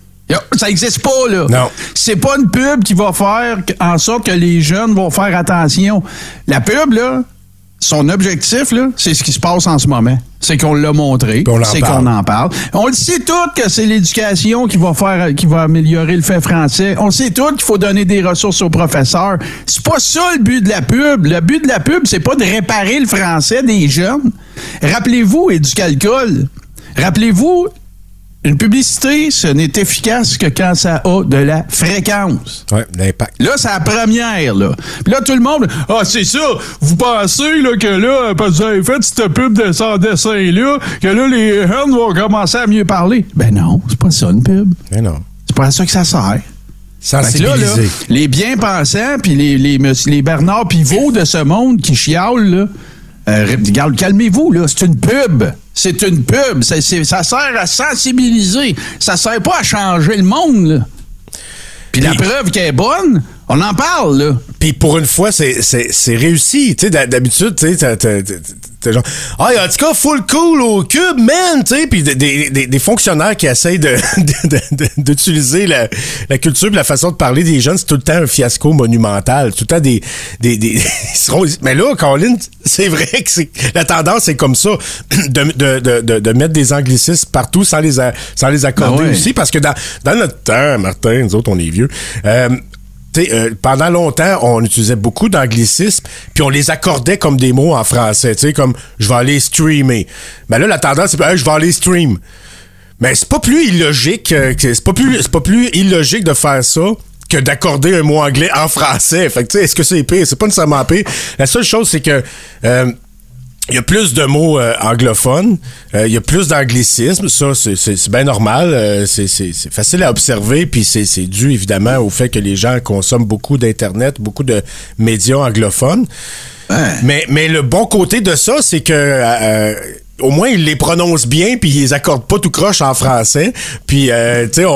Ça n'existe pas, là. Non. C'est pas une pub qui va faire en sorte que les jeunes vont faire attention. La pub, là, son objectif, là, c'est ce qui se passe en ce moment. C'est qu'on l'a montré, c'est qu'on en parle. On le sait tout que c'est l'éducation qui va faire, qui va améliorer le fait français. On sait tout qu'il faut donner des ressources aux professeurs. C'est pas ça le but de la pub. Le but de la pub, c'est pas de réparer le français des jeunes. Rappelez-vous, et du calcul. Rappelez-vous, une publicité, ce n'est efficace que quand ça a de la fréquence. Oui, l'impact. Là, c'est la première, là. Puis là, tout le monde, ah, c'est ça, vous pensez, là, que là, parce que vous avez fait cette pub de sans dessin-là, que là, les Huns vont commencer à mieux parler. Ben non, c'est pas ça, une pub. Ben non. C'est pas à ça que ça sert. Sensibiliser. Là, là, les bien-pensants, puis les, les, les Bernard Pivot de ce monde qui chialent, là, euh, regarde, calmez-vous, là, c'est une pub. C'est une pub. Ça, c'est, ça sert à sensibiliser. Ça sert pas à changer le monde, là. Puis la preuve qu'elle est bonne, on en parle, là. Puis pour une fois, c'est, c'est, c'est réussi. Tu sais, d'habitude, tu sais, t'es genre, ah, en tout cas, full cool au cube, man, tu sais. Puis des, des, des fonctionnaires qui essayent de, de, de, d'utiliser la, la culture et la façon de parler des jeunes, c'est tout le temps un fiasco monumental. Tout le temps des. des, des ils seront, mais là, Colin, c'est vrai que c'est, la tendance est comme ça, de, de, de, de, de mettre des anglicismes partout sans les, sans les accorder ah ouais. aussi. Parce que dans, dans notre temps, Martin, nous autres, on est vieux. Euh, T'sais, euh, pendant longtemps, on utilisait beaucoup d'anglicismes, puis on les accordait comme des mots en français, tu sais, comme « je vais aller streamer ». Mais là, la tendance, c'est hey, « je vais aller stream ». Mais c'est pas plus illogique, euh, c'est pas plus, c'est pas plus illogique de faire ça que d'accorder un mot anglais en français. Fait que, tu sais, est-ce que c'est pire? C'est pas nécessairement pire. La seule chose, c'est que... Euh, il y a plus de mots euh, anglophones, euh, il y a plus d'anglicismes, ça c'est, c'est, c'est bien normal, euh, c'est, c'est, c'est facile à observer, puis c'est, c'est dû évidemment au fait que les gens consomment beaucoup d'internet, beaucoup de médias anglophones. Ouais. Mais, mais le bon côté de ça, c'est que euh, au moins ils les prononcent bien, puis ils les accordent pas tout croche en français, puis euh, tu sais,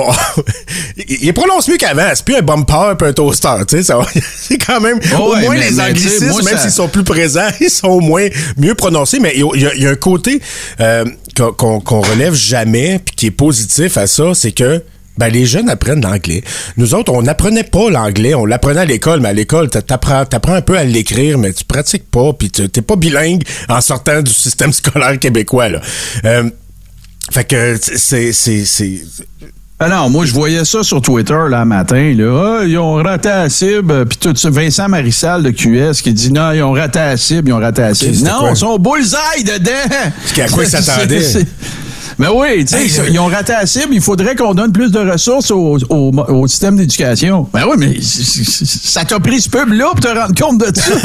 ils les prononcent mieux qu'avant. C'est plus un bumper puis un toaster, tu sais, c'est quand même oh au ouais, moins mais, les anglicismes, moi, même ça... s'ils sont plus présents, ils sont au moins mieux prononcés. Mais il y, y, y a un côté euh, qu'on, qu'on relève jamais, puis qui est positif à ça, c'est que Ben, les jeunes apprennent l'anglais. Nous autres, on n'apprenait pas l'anglais. On l'apprenait à l'école, mais à l'école, t'apprends, t'apprends un peu à l'écrire, mais tu pratiques pas, puis t'es pas bilingue en sortant du système scolaire québécois, là. Euh, fait que c'est... c'est, c'est... Ah non, moi, je voyais ça sur Twitter, là, matin, là. Ah, ils ont raté la cible, puis tout ça. Vincent Marissal de Q S qui dit, non, ils ont raté la cible, ils ont raté la cible. Okay, non, ils sont au bullseye dedans! C'est à quoi ils s'attendaient? C'est, c'est... Mais oui, tu sais, hey, ils ont raté la cible. Il faudrait qu'on donne plus de ressources au, au, au système d'éducation. Ben oui, mais ça t'a pris ce pub-là pour te rendre compte de ça.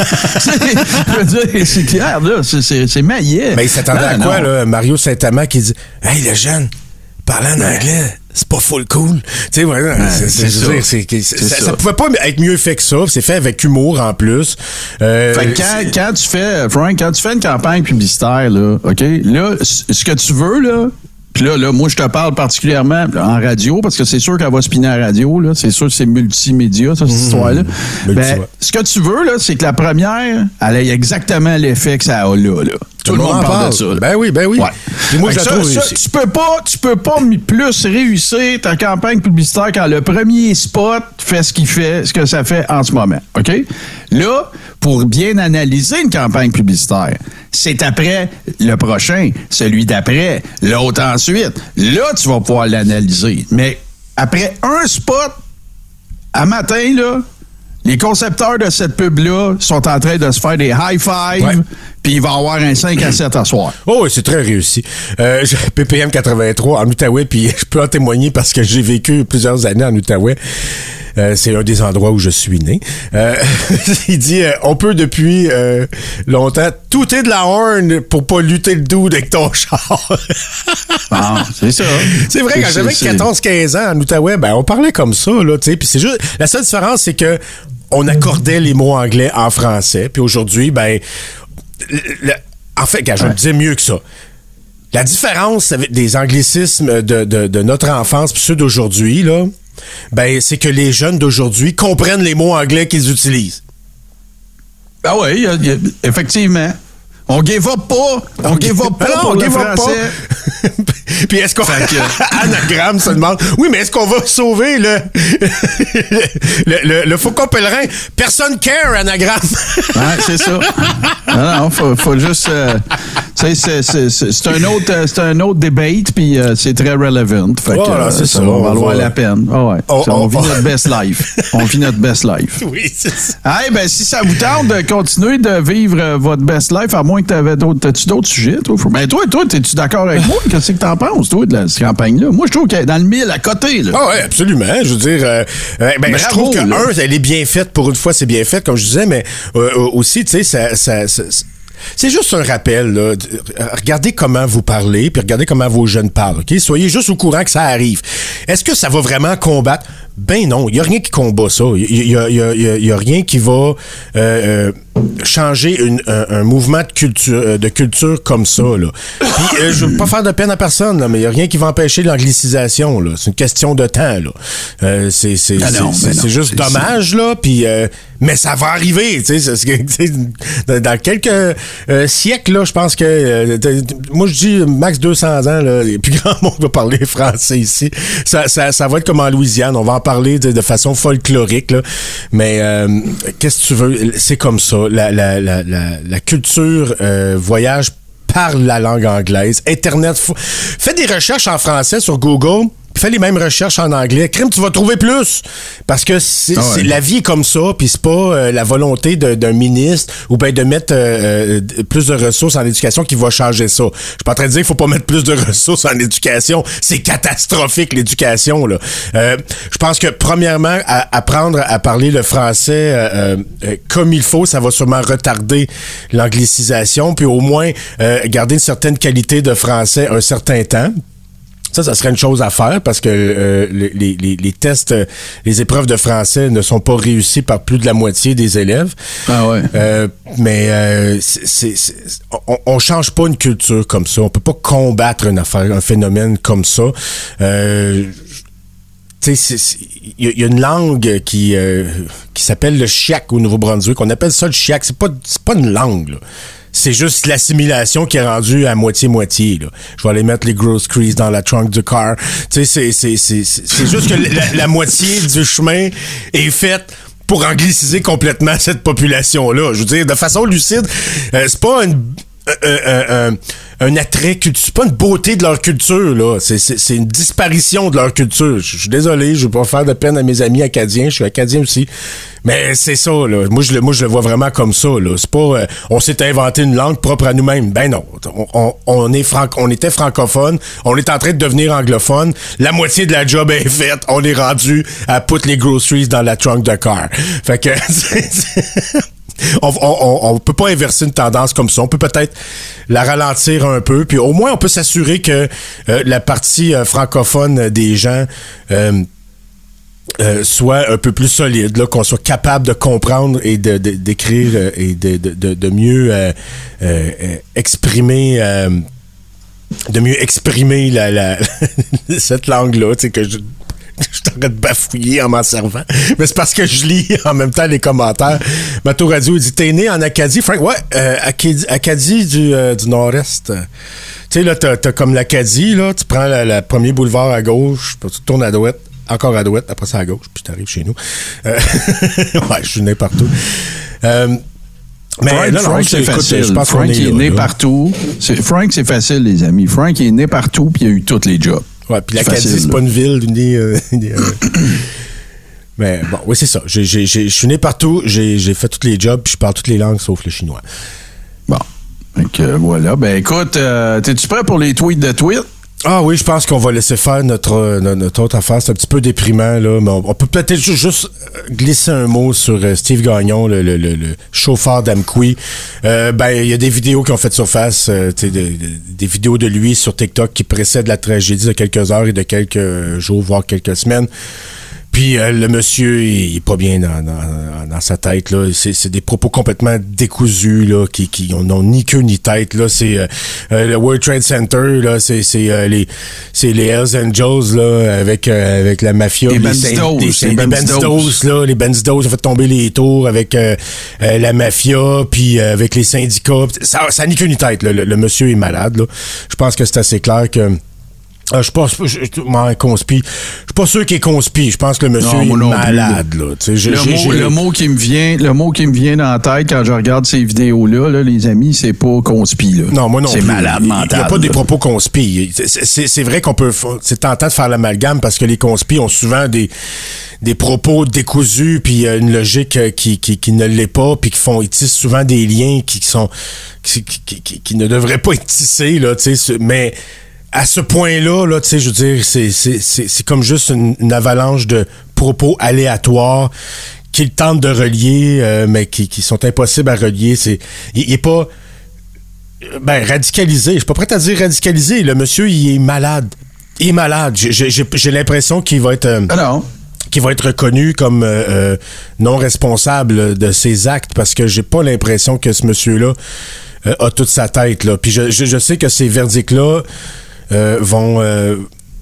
Je veux dire, c'est clair, là. C'est, c'est, c'est maillet. Mais il s'attendait non, à quoi, non. là? Mario Saint-Amand qui dit, hey, le jeune, parlant en anglais, c'est pas full cool. Tu sais, voilà. Ouais, c'est, c'est, c'est, dire, c'est, c'est, c'est ça, ça. ça pouvait pas être mieux fait que ça. C'est fait avec humour en plus. Euh, fait que quand, quand tu fais, Frank, quand tu fais une campagne publicitaire, là, OK, là, ce que tu veux, là, puis là, là, moi, je te parle particulièrement en radio, parce que c'est sûr qu'elle va spinner à la radio, là. C'est sûr que c'est multimédia, ça, cette mmh, histoire-là. Ben, ce que tu veux, là, c'est que la première, elle ait exactement l'effet que ça a là, là. Tout, Tout le monde, monde parle, parle de ça. Là. Ben oui, ben oui. Ouais. Et moi, je la trouve ça, tu peux pas, tu peux pas plus réussir ta campagne publicitaire quand le premier spot fait ce qu'il fait, ce que ça fait en ce moment. OK? Là, pour bien analyser une campagne publicitaire, c'est après le prochain, celui d'après, l'autre ensuite. Là, tu vas pouvoir l'analyser. Mais après un spot, à matin, là, les concepteurs de cette pub-là sont en train de se faire des high-five, ouais. Puis il va y avoir un cinq à sept à soir. Oh oui, c'est très réussi. Euh, P P M quatre-vingt-trois en Outaouais, puis je peux en témoigner parce que j'ai vécu plusieurs années en Outaouais. Euh, c'est un des endroits où je suis né. Euh, il dit, euh, on peut depuis euh, longtemps touter de la horn pour pas lutter le dude avec ton char. Ah, c'est ça. C'est vrai, quand j'avais quatorze quinze ans en Outaouais, ben on parlait comme ça, là, tu sais. Puis c'est juste, la seule différence, c'est que on accordait les mots anglais en français. Puis aujourd'hui, ben, le, en fait, je vais ouais. te dire mieux que ça. La différence avec des anglicismes de, de, de notre enfance puis ceux d'aujourd'hui, là, ben, c'est que les jeunes d'aujourd'hui comprennent les mots anglais qu'ils utilisent. Ah oui, y a, y a, effectivement. On give up pas. On give up pas. Non, on give up pas. Puis est-ce qu'on... Anagramme se demande... Oui, mais est-ce qu'on va sauver le... le, le, le Faucon pèlerin? Personne care, anagramme. Ouais, c'est ça. Non, non, faut, faut juste... Euh, c'est, c'est, c'est, c'est, un autre, c'est un autre debate, puis euh, c'est très relevant. Fait oh, que, là, c'est ça, ça va valoir la peine. Oh, ouais. oh, on oh, vit oh. notre best life. On vit notre best life. Oui, c'est ça. Hey, ben, si ça vous tente de continuer de vivre euh, votre best life, à moins que tu avais d'autres... T'as-tu d'autres sujets, toi? Ben, toi, toi, es-tu d'accord avec moi? Qu'est-ce que t'en penses, toi, de la, cette campagne-là? Moi, je trouve qu'elle est dans le mille à côté, là. Ah, oui, absolument. Je veux dire, euh, ben, Bravo, je trouve que, là. un, elle est bien faite. Pour une fois, c'est bien fait, comme je disais, mais euh, aussi, tu sais, ça, ça, ça, c'est juste un rappel, là. Regardez comment vous parlez, puis regardez comment vos jeunes parlent, OK? Soyez juste au courant que ça arrive. Est-ce que ça va vraiment combattre? Ben non, il n'y a rien qui combat ça. Il n'y a, y a, y a, y a rien qui va euh, euh, changer une, un, un mouvement de culture, de culture comme ça, là. Puis, euh, je veux pas faire de peine à personne, là, mais il n'y a rien qui va empêcher l'anglicisation, là. C'est une question de temps, là. Euh, c'est c'est, ah non, c'est, c'est, c'est juste c'est dommage, ça. Là, puis... Euh, mais ça va arriver, tu sais. Dans, dans quelques euh, siècles, là, je pense que... Euh, moi, je dis max deux cents ans, là, le plus grand monde va parler français ici. Ça, ça, ça va être comme en Louisiane. On va en parler de, de façon folklorique, là. Mais euh, qu'est-ce que tu veux? C'est comme ça. La, la, la, la, la culture euh, voyage par la langue anglaise. Internet... F- Fais des recherches en français sur Google... Fais les mêmes recherches en anglais. Crime, tu vas trouver plus. Parce que c'est, ah ouais. c'est, la vie est comme ça, puis c'est pas euh, la volonté de, d'un ministre ou ben de mettre euh, euh, plus de ressources en éducation qui va changer ça. Je suis pas en train de dire qu'il faut pas mettre plus de ressources en éducation. C'est catastrophique, l'éducation, là. Euh, je pense que, premièrement, à, apprendre à parler le français euh, euh, comme il faut, ça va sûrement retarder l'anglicisation, puis au moins euh, garder une certaine qualité de français un certain temps. Ça, ça serait une chose à faire parce que euh, les, les, les tests, euh, les épreuves de français ne sont pas réussies par plus de la moitié des élèves. Ah ouais. Euh, mais euh, c'est, c'est, c'est, on, on change pas une culture comme ça. On peut pas combattre une affaire, un phénomène comme ça. Euh, tu sais, il y, y a une langue qui euh, qui s'appelle le chiac au Nouveau-Brunswick. On appelle ça le chiac. C'est pas c'est pas une langue, là. c'est juste l'assimilation qui est rendue à moitié-moitié, là. Je vais aller mettre les groceries dans la trunk du car. Tu sais, c'est, c'est, c'est, c'est, c'est juste que la, la moitié du chemin est faite pour angliciser complètement cette population-là. Je veux dire, de façon lucide, euh, c'est pas une... Un, un, un, un attrait culturel, c'est pas une beauté de leur culture, là. C'est, c'est, c'est une disparition de leur culture. Je suis désolé, je veux pas faire de peine à mes amis acadiens, je suis acadien aussi. Mais c'est ça, là. Moi, je le, moi, je le vois vraiment comme ça, là. C'est pas, euh, on s'est inventé une langue propre à nous-mêmes. Ben non. On, on, on est franc, on était francophone, on est en train de devenir anglophone. La moitié de la job est faite. On est rendu à put les groceries dans la trunk de car. Fait que, c'est, c'est On, on, on peut pas inverser une tendance comme ça. On peut peut-être la ralentir un peu, puis au moins on peut s'assurer que euh, la partie euh, francophone des gens euh, euh, soit un peu plus solide, là, qu'on soit capable de comprendre et de, de, d'écrire euh, et de, de, de, de mieux euh, euh, exprimer euh, de mieux exprimer la, la cette langue-là, tu sais, que je Je t'arrête de bafouiller en m'en servant. Mais c'est parce que je lis en même temps les commentaires. Mato Radio, il dit, t'es né en Acadie, Frank? Ouais, euh, Acadie, Acadie du, euh, du Nord-Est. Tu sais, là, t'as, t'as comme l'Acadie, là, tu prends le premier boulevard à gauche, puis tu tournes à droite, encore à droite, après ça à gauche, puis t'arrives chez nous. Euh, ouais, je suis né partout. Euh, Mais Frank, non, non, Frank c'est écoute, facile. Je pense Frank est, est là, né là. partout. C'est, Frank, c'est facile, les amis. Frank est né partout, puis il a eu tous les jobs. Ouais, puis l'Acadie, c'est, c'est pas une ville, ni... Euh, euh, mais bon, oui, c'est ça. Je suis né partout, j'ai, j'ai fait tous les jobs, puis je parle toutes les langues, sauf le chinois. Bon. Donc, euh, voilà. Ben, écoute, euh, t'es-tu prêt pour les tweets de tweet? Ah oui, je pense qu'on va laisser faire notre, notre autre affaire. C'est un petit peu déprimant, là, mais on, on peut peut-être juste, juste glisser un mot sur euh, Steve Gagnon, le, le, le, le chauffeur d'Amqui. Euh, ben, il y a des vidéos qui ont fait surface, euh, de, de, des vidéos de lui sur TikTok qui précèdent la tragédie de quelques heures et de quelques jours, voire quelques semaines. Puis euh, le monsieur, il est pas bien dans, dans, dans sa tête, là. C'est, c'est des propos complètement décousus, là, qui, qui n'ont ni queue ni tête, là. C'est euh, euh, le World Trade Center, là. C'est, c'est euh, les, c'est les Hells Angels, là, avec euh, avec la mafia. Les Bandidos, les Bandidos, là. Les Bandidos ont fait tomber les tours avec euh, euh, la mafia, puis euh, avec les syndicats. Ça, ça ni queue ni tête, là. Le, le monsieur est malade, là. Je pense que c'est assez clair que Euh, je pense je, je, je, conspi. Je suis pas sûr qu'il est conspi. Je pense que le monsieur non, est malade. Là. Le, j'ai, mot, j'ai... le mot qui me vient, le mot qui me vient dans la tête quand je regarde ces vidéos-là, là, les amis, c'est pas conspi. Là. Non, moi non c'est plus. malade mental. Il n'y a pas là. Des propos conspi. C'est, c'est, c'est vrai qu'on peut. C'est tentant de faire l'amalgame parce que les conspis ont souvent des des propos décousus puis euh, une logique euh, qui, qui qui ne l'est pas puis qui font ils tissent souvent des liens qui sont qui qui, qui, qui ne devraient pas être tissés là. Tu sais, mais à ce point-là, là, tu sais, je veux dire, c'est, c'est, c'est, c'est comme juste une, une avalanche de propos aléatoires qu'ils tentent de relier, euh, mais qui, qui sont impossibles à relier. C'est, il, il est pas, ben, radicalisé. Je suis pas prêt à dire radicalisé. Le monsieur, il est malade. Il est malade. J'ai, j'ai, j'ai l'impression qu'il va être... Euh, Alors. qui va être reconnu comme euh, euh, non responsable de ses actes parce que j'ai pas l'impression que ce monsieur-là euh, a toute sa tête, là. Puis je, je, je sais que ces verdicts-là Euh, vont euh,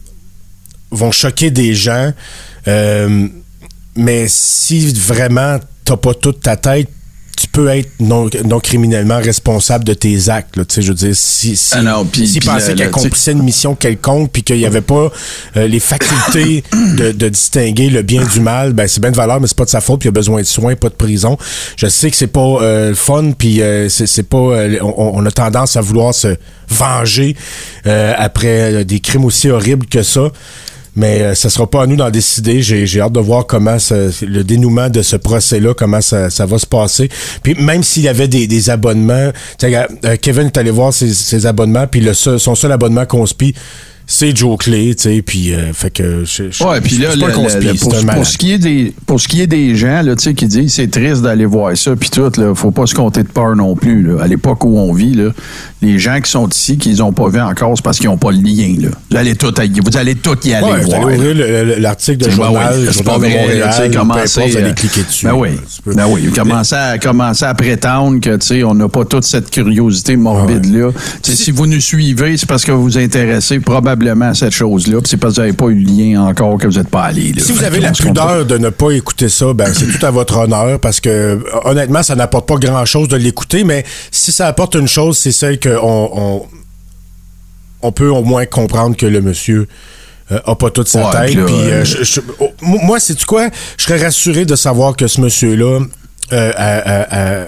vont choquer des gens, euh, mais si vraiment t'as pas toute ta tête, tu peux être non, non criminellement responsable de tes actes. Tu sais, je veux dire, si si, ah non, pis, si pis pensait qu'il accomplissait une mission quelconque, puis qu'il y avait pas euh, les facultés de, de distinguer le bien du mal, ben c'est bien de valeur, mais c'est pas de sa faute. Puis il a besoin de soins, pas de prison. Je sais que c'est pas euh, fun, puis euh, c'est, c'est pas. Euh, on, on a tendance à vouloir se venger euh, après des crimes aussi horribles que ça. Mais euh, ça sera pas à nous d'en décider. J'ai, j'ai hâte de voir comment ça, le dénouement de ce procès-là, comment ça, ça va se passer. Puis même s'il y avait des, des abonnements, euh, Kevin est allé voir ses, ses abonnements, puis le seul, son seul abonnement conspi, c'est Joe Clay, tu sais, puis euh, fait que je, je, ouais, puis là, c'est pas le, conspi, le, pour, c'est un pour ce qui est des pour ce qui est des gens là, tu sais, qui disent c'est triste d'aller voir ça, puis tout là, faut pas se compter de peur non plus là. À l'époque où on vit là, les gens qui sont ici, qu'ils ont pas vu encore, c'est parce qu'ils ont pas le lien là. Vous allez tout, vous allez tout y aller ouais, voir. Vous allez ouvrir le, le, l'article de journal, ouais, c'est pas vrai, Montréal, tu sais, commencer, vous allez cliquer dessus. Ben oui, ben oui, commencer à commencer à prétendre que tu sais, on n'a pas toute cette curiosité morbide là. Tu sais, si vous nous suivez, c'est parce que vous vous intéressez probablement probablement cette chose-là. Puis c'est parce que vous n'avez pas eu le lien encore que vous n'êtes pas allé. Là. Si vous avez la pudeur de ne pas écouter ça, ben c'est tout à votre honneur parce que honnêtement, ça n'apporte pas grand-chose de l'écouter, mais si ça apporte une chose, c'est celle qu'on on, on peut au moins comprendre que le monsieur euh, a pas toute sa ouais, tête. Puis euh, je, je, oh, moi, sais-tu quoi? Je serais rassuré de savoir que ce monsieur-là euh, a, a,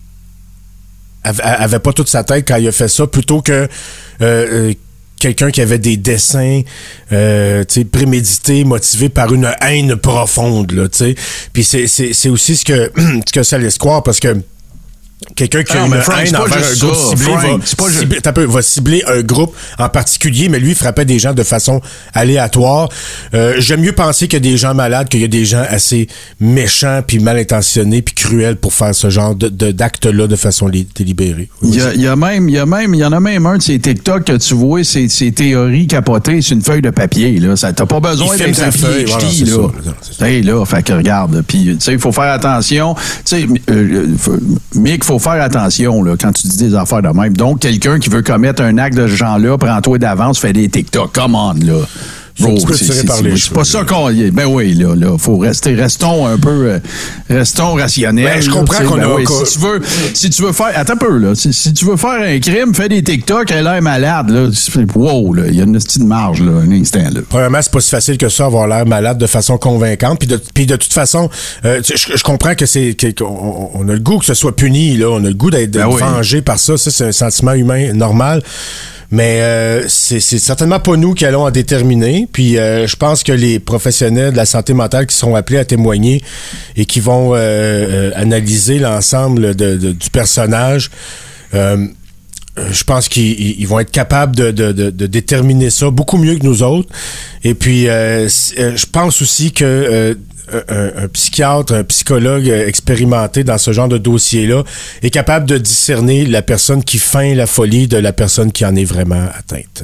a, avait pas toute sa tête quand il a fait ça, plutôt que euh, quelqu'un qui avait des dessins euh, prémédités, motivés par une haine profonde. Là, puis c'est, c'est, c'est aussi ce que, ce que ça laisse croire, parce que quelqu'un qui a une haine envers un groupe ciblé va, cibler, peu, va cibler un groupe en particulier, mais lui, il frappait des gens de façon aléatoire. Euh, j'aime mieux penser qu'il y a des gens malades qu'il y a des gens assez méchants, puis mal intentionnés, puis cruels pour faire ce genre de, de, d'actes-là de façon li- délibérée. Il y, a, il y a même, il y a même, il y en a même un de ces TikTok que tu vois, c'est ces théories capotées sur une feuille de papier. Là. Ça, t'as pas besoin d'être un P H D, voilà, c'est là. Ça, c'est ça. Hey, là, fait que regarde. Puis, tu sais, il faut faire attention. Tu sais, euh, Mick, faut faire attention là, quand tu dis des affaires de même. Donc, quelqu'un qui veut commettre un acte de ce genre-là, prends-toi d'avance, fais des TikTok. Come on, là. Bro, c'est, c'est, c'est, c'est pas ça qu'on y est. Ben oui, là, là, faut rester, restons un peu, euh, restons rationnels. Ben, je comprends là, qu'on ben a... Oui, si tu veux, si tu veux faire, attends un peu, là, si, si tu veux faire un crime, fais des TikTok, elle a l'air malade, là. Wow, là, il y a une petite marge, là, un instant, là. Premièrement, c'est pas si facile que ça, avoir l'air malade de façon convaincante. Puis de, puis de toute façon, euh, je, je comprends que c'est, qu'on on a le goût que ce soit puni, là. On a le goût d'être ben vengé oui. par ça. Ça, c'est un sentiment humain normal. Mais euh, c'est, c'est certainement pas nous qui allons en déterminer. Puis euh, je pense que les professionnels de la santé mentale qui seront appelés à témoigner et qui vont euh, euh, analyser l'ensemble de, de, du personnage, euh, je pense qu'ils ils vont être capables de, de, de, de déterminer ça beaucoup mieux que nous autres. Et puis euh, je pense aussi que euh, Un, un psychiatre, un psychologue expérimenté dans ce genre de dossier-là est capable de discerner la personne qui feint la folie de la personne qui en est vraiment atteinte.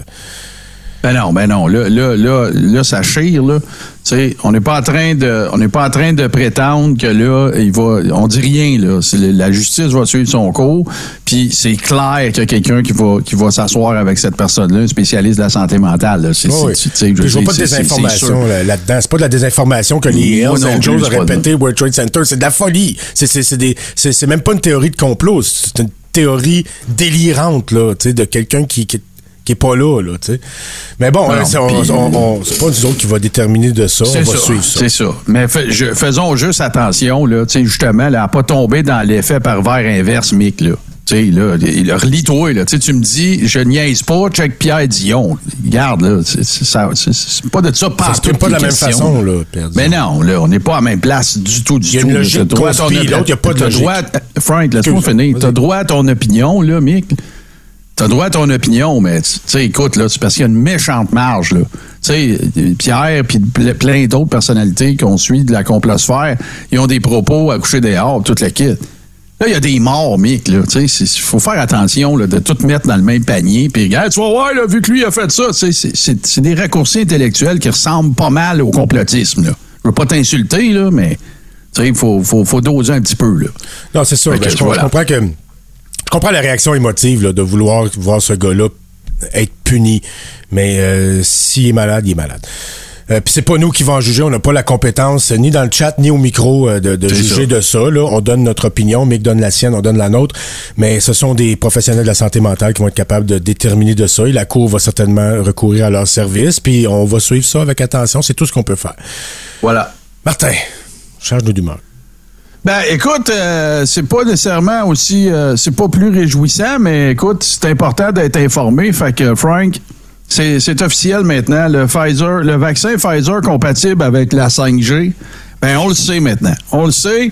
Ben non, ben non. Là, là, là, là ça chire, là. Tu sais, on n'est pas en train de, on n'est pas en train de prétendre que là, il va, on dit rien, là. C'est, la justice va suivre son cours, puis c'est clair qu'il y a quelqu'un qui va, qui va s'asseoir avec cette personne-là, un spécialiste de la santé mentale, là. C'est, oh, c'est, c'est, je vois pas de désinformation là, là-dedans. C'est pas de la désinformation que les Hells Angels ont répété World Trade Center. C'est de la folie. C'est, c'est, c'est, des, c'est, c'est même pas une théorie de complot. C'est une théorie délirante, là, tu sais, de quelqu'un qui, qui qui est pas là, là, tu sais. Mais bon, non, c'est, on, pis, on, on, c'est pas nous autres qui va déterminer de ça, on va ça, suivre ça. C'est ça. Mais fais, je, faisons juste attention, là, tu sais, justement, là, à pas tomber dans l'effet pervers inverse, Mick, là. Tu sais, là, là relis-toi, là. Tu me dis, je niaise pas, check Pierre Dion. Regarde, là, c'est, c'est, ça, c'est, c'est pas de ça par Ça se trouve pas de la questions. Même façon, là, Pierre Dion. Mais non, là, on n'est pas à la même place du tout, du tout. Il y a une logique de droit à ton opinion. Il y a pas de logique. Droit, Frank, laisse-moi finir. T'as droit à ton opinion, là, Mick. T'as droit à ton opinion, mais tu sais, écoute, là, c'est parce qu'il y a une méchante marge, là. Tu sais, Pierre puis plein d'autres personnalités qu'on suit de la complosphère, ils ont des propos à coucher dehors, toute la kit. Là, il y a des morts, Mick, là. Tu sais, il faut faire attention, là, de tout mettre dans le même panier. Puis regarde, tu vas voir, là, vu que lui a fait ça, c'est, c'est, c'est des raccourcis intellectuels qui ressemblent pas mal au complotisme, là. Je veux pas t'insulter, là, mais tu sais, il faut, faut, faut doser un petit peu, là. Non, c'est sûr. Ben, je, voilà. je comprends que. Je comprends la réaction émotive là, de vouloir voir ce gars-là être puni, mais euh, s'il est malade, il est malade. Euh, Puis c'est pas nous qui vont en juger, on n'a pas la compétence ni dans le chat ni au micro euh, de, de juger ça. de ça. Là. On donne notre opinion, Mick donne la sienne, on donne la nôtre, mais ce sont des professionnels de la santé mentale qui vont être capables de déterminer de ça et la Cour va certainement recourir à leur service, puis on va suivre ça avec attention, c'est tout ce qu'on peut faire. Voilà. Martin, change-nous d'humeur. Ben, écoute, euh, c'est pas nécessairement aussi, euh, c'est pas plus réjouissant, mais écoute, c'est important d'être informé. Fait que, Frank, c'est, c'est officiel maintenant. Le Pfizer, le vaccin Pfizer compatible avec la cinq G, ben, on le sait maintenant. On le sait.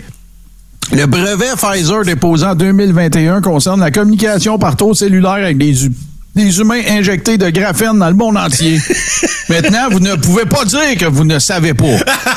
Le brevet Pfizer déposé en deux mille vingt et un concerne la communication par taux cellulaire avec des, des humains injectés de graphène dans le monde entier. Maintenant, vous ne pouvez pas dire que vous ne savez pas.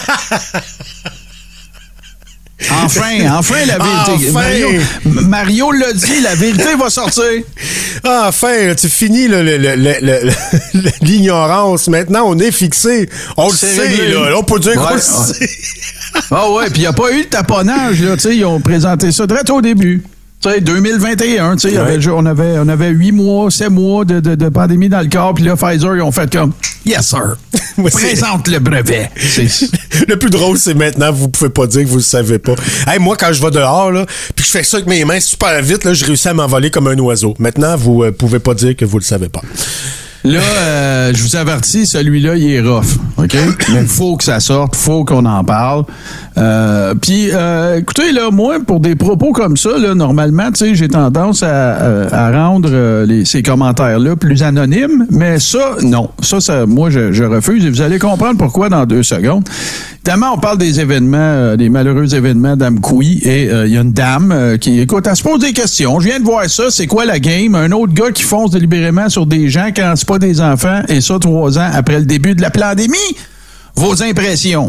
Enfin, enfin la vérité. Enfin. Mario, Mario l'a dit, la vérité va sortir. Enfin, tu finis le, le, le, le, le, l'ignorance. Maintenant, on est fixé. On le sait, là. là. On peut dire ouais, qu'on le sait. Ah ouais, puis il n'y a pas eu de taponnage, là. Tu sais, ils ont présenté ça direct au début. Tu sais, deux mille vingt et un, tu sais, ouais. on avait on avait huit mois, sept mois de, de, de pandémie dans le corps, puis là, Pfizer, ils ont fait comme « Yes, sir! Présente le brevet! » Le plus drôle, c'est maintenant, vous pouvez pas dire que vous le savez pas. Hey, moi, quand je vais dehors, là, puis je fais ça avec mes mains super vite, là, je réussis à m'envoler comme un oiseau. Maintenant, vous euh, pouvez pas dire que vous le savez pas. Là, euh, je vous avertis, celui-là, il est rough, OK? Mais il faut que ça sorte, il faut qu'on en parle. Euh, Puis, euh, écoutez, là, moi, pour des propos comme ça, là, normalement, tu sais, j'ai tendance à, à, à rendre euh, les, ces commentaires-là plus anonymes, mais ça, non. Ça, ça moi, je, je refuse, et vous allez comprendre pourquoi dans deux secondes. Évidemment, on parle des événements, euh, des malheureux événements d'Amqui, et il euh, y a une dame euh, qui, écoute, elle se pose des questions. Je viens de voir ça, c'est quoi la game? Un autre gars qui fonce délibérément sur des gens quand c'est pas des enfants, et ça, trois ans après le début de la pandémie. Vos impressions?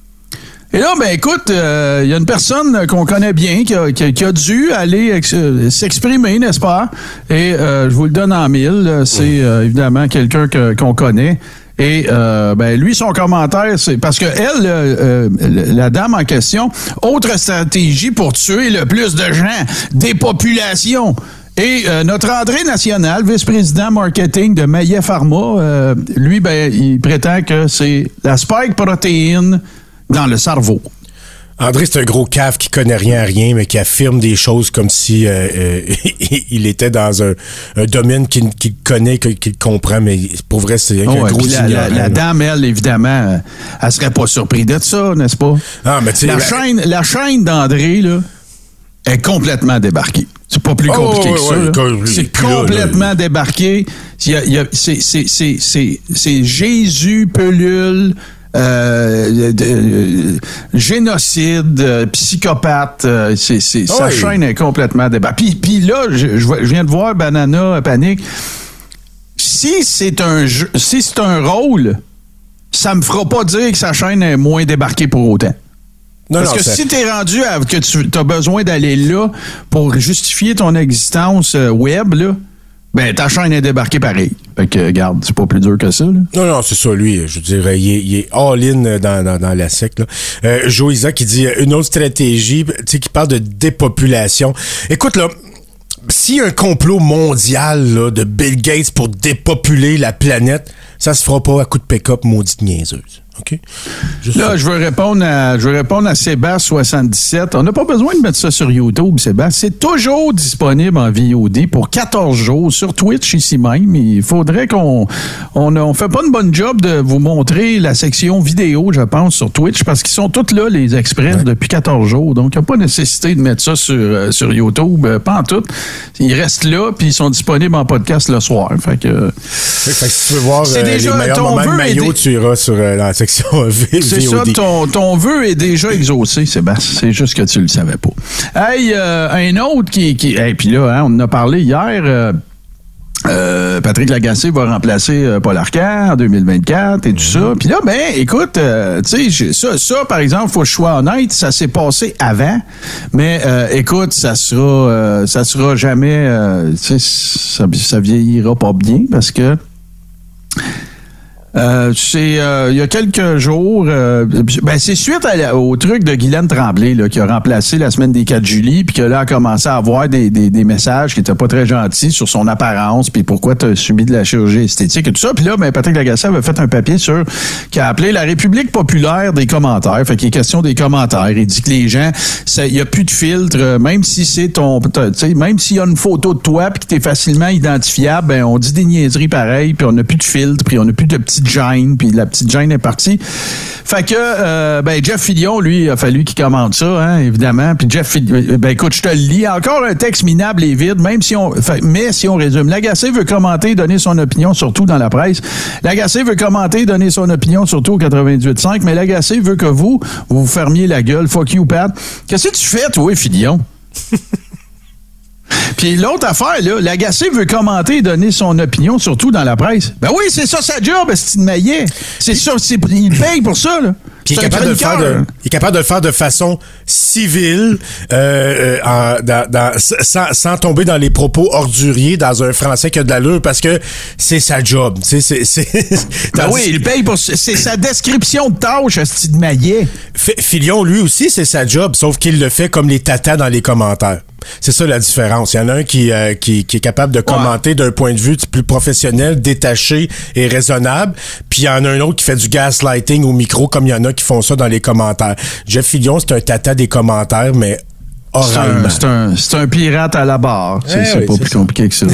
Et là, ben écoute, il euh, y a une personne qu'on connaît bien qui a, qui, qui a dû aller ex- s'exprimer, n'est-ce pas? Et euh, je vous le donne en mille. C'est euh, évidemment quelqu'un que, qu'on connaît. Et euh, ben lui, son commentaire, c'est parce que elle, euh, euh, la dame en question, autre stratégie pour tuer le plus de gens, dépopulation. Et euh, notre André National, vice-président marketing de Maillet Pharma, euh, lui, ben il prétend que c'est la spike protéine dans le cerveau. André, c'est un gros cave qui connaît rien à rien, mais qui affirme des choses comme si euh, euh, il était dans un, un domaine qu'il, qu'il connaît, qu'il comprend, mais pour vrai, c'est un, oh, un gros la, la, la dame, elle, évidemment, elle serait pas surprise de ça, n'est-ce pas? Ah, mais tu sais, la, la chaîne, la chaîne d'André, là, est complètement débarquée. C'est pas plus compliqué oh, ouais, que ça. Ouais, c'est complètement là, débarqué. Il y a, il y a, c'est, c'est, c'est, c'est, c'est Jésus, pelule, Euh, de, euh, génocide, euh, psychopathe, euh, c'est, c'est, oh sa oui. chaîne est complètement débarquée. Puis, puis là, je, je viens de voir Banana Panique. Si c'est un jeu, si c'est un rôle, ça me fera pas dire que sa chaîne est moins débarquée pour autant. Non, Parce non, que c'est... si t'es rendu à que tu as besoin d'aller là pour justifier ton existence euh, web, là, ben, ta chaîne est débarquée pareil. Fait que, regarde, c'est pas plus dur que ça, là. Non, non, c'est ça, lui. Je dirais, il est, il est all-in dans, dans, dans la sec, là. Euh, Joe Isaac, qui dit une autre stratégie, tu sais, qui parle de dépopulation. Écoute, là, s'il y a un complot mondial, là, de Bill Gates pour dépopuler la planète, ça se fera pas à coup de pick-up maudite niaiseuse. OK? Juste là, ça. je veux répondre à, je veux répondre à Sébastien soixante-dix-sept. On n'a pas besoin de mettre ça sur YouTube, Sébastien. C'est toujours disponible en V O D pour quatorze jours sur Twitch ici même. Il faudrait qu'on on, on fait pas une bonne job de vous montrer la section vidéo, je pense, sur Twitch, parce qu'ils sont tous là, les express, ouais. depuis quatorze jours. Donc, il n'y a pas nécessité de mettre ça sur, euh, sur YouTube. Euh, pas en tout. Ils restent là, puis ils sont disponibles en podcast le soir. Fait que, fait que si tu veux voir euh, les meilleurs moments de Maillot, tu iras sur euh, la section V O D. C'est ça, ton, ton vœu est déjà exaucé, Sébastien. C'est juste que tu le savais pas. Hey, euh, un autre qui... qui hey, puis là, hein, on en a parlé hier... Euh, Euh, Patrick Lagacé va remplacer euh, Paul Arcand en deux mille vingt-quatre et tout ça. Puis là, ben, écoute, euh, tu sais, ça, ça, par exemple, faut que je sois honnête, ça s'est passé avant. Mais euh, écoute, ça sera, euh, ça sera jamais, euh, tu sais, ça, ça vieillira pas bien parce que. Euh, c'est euh, il y a quelques jours, euh, ben c'est suite à, au truc de Guylaine Tremblay là, qui a remplacé la semaine des quatre juillet, puis que là a commencé à avoir des, des, des messages qui étaient pas très gentils sur son apparence, puis pourquoi tu as subi de la chirurgie esthétique et tout ça. Puis là, ben Patrick Lagacé avait fait un papier sur qui a appelé la République populaire des commentaires. Fait qu'il est question des commentaires. Il dit que les gens, il y a plus de filtre, même si c'est ton, tu sais, même s'il y a une photo de toi puis que t'es facilement identifiable, ben on dit des niaiseries pareilles, puis on n'a plus de filtre, puis on n'a plus de petites gêne, puis la petite gêne est partie. Fait que, euh, ben, Jeff Fillion, lui, il a fallu qu'il commente ça, hein, évidemment. Puis Jeff Fillion, ben, écoute, je te le lis. Encore un texte minable et vide, même si on, fait, mais si on résume. Lagacé veut commenter, donner son opinion, surtout dans la presse. Lagacé veut commenter, donner son opinion, surtout au quatre-vingt-dix-huit cinq, mais Lagacé veut que vous, vous vous fermiez la gueule. Fuck you, Pat. Qu'est-ce que tu fais, toi, Fillion? Puis l'autre affaire, là, Lagacé veut commenter et donner son opinion, surtout dans la presse. Ben oui, c'est ça sa job, c'est de maillet. C'est ça, c'est, il paye pour ça, là. Puis il est, capable de le faire de, il est capable de le faire de façon civile, euh, en, dans, dans, sans, sans tomber dans les propos orduriers dans un français qui a de l'allure, parce que c'est sa job. C'est, c'est, c'est, ben oui, il paye pour c'est sa description de tâche, c'est de maillet. F- Fillion, lui aussi, c'est sa job, sauf qu'il le fait comme les tatas dans les commentaires. C'est ça la différence. Il y en a un qui, euh, qui, qui est capable de commenter ouais. d'un point de vue plus professionnel, détaché et raisonnable. Puis il y en a un autre qui fait du gaslighting au micro, comme il y en a qui font ça dans les commentaires. Jeff Fillion, c'est un tata des commentaires, mais C'est un, c'est, un, c'est un pirate à la barre. C'est, eh c'est oui, pas c'est plus ça. compliqué que ça.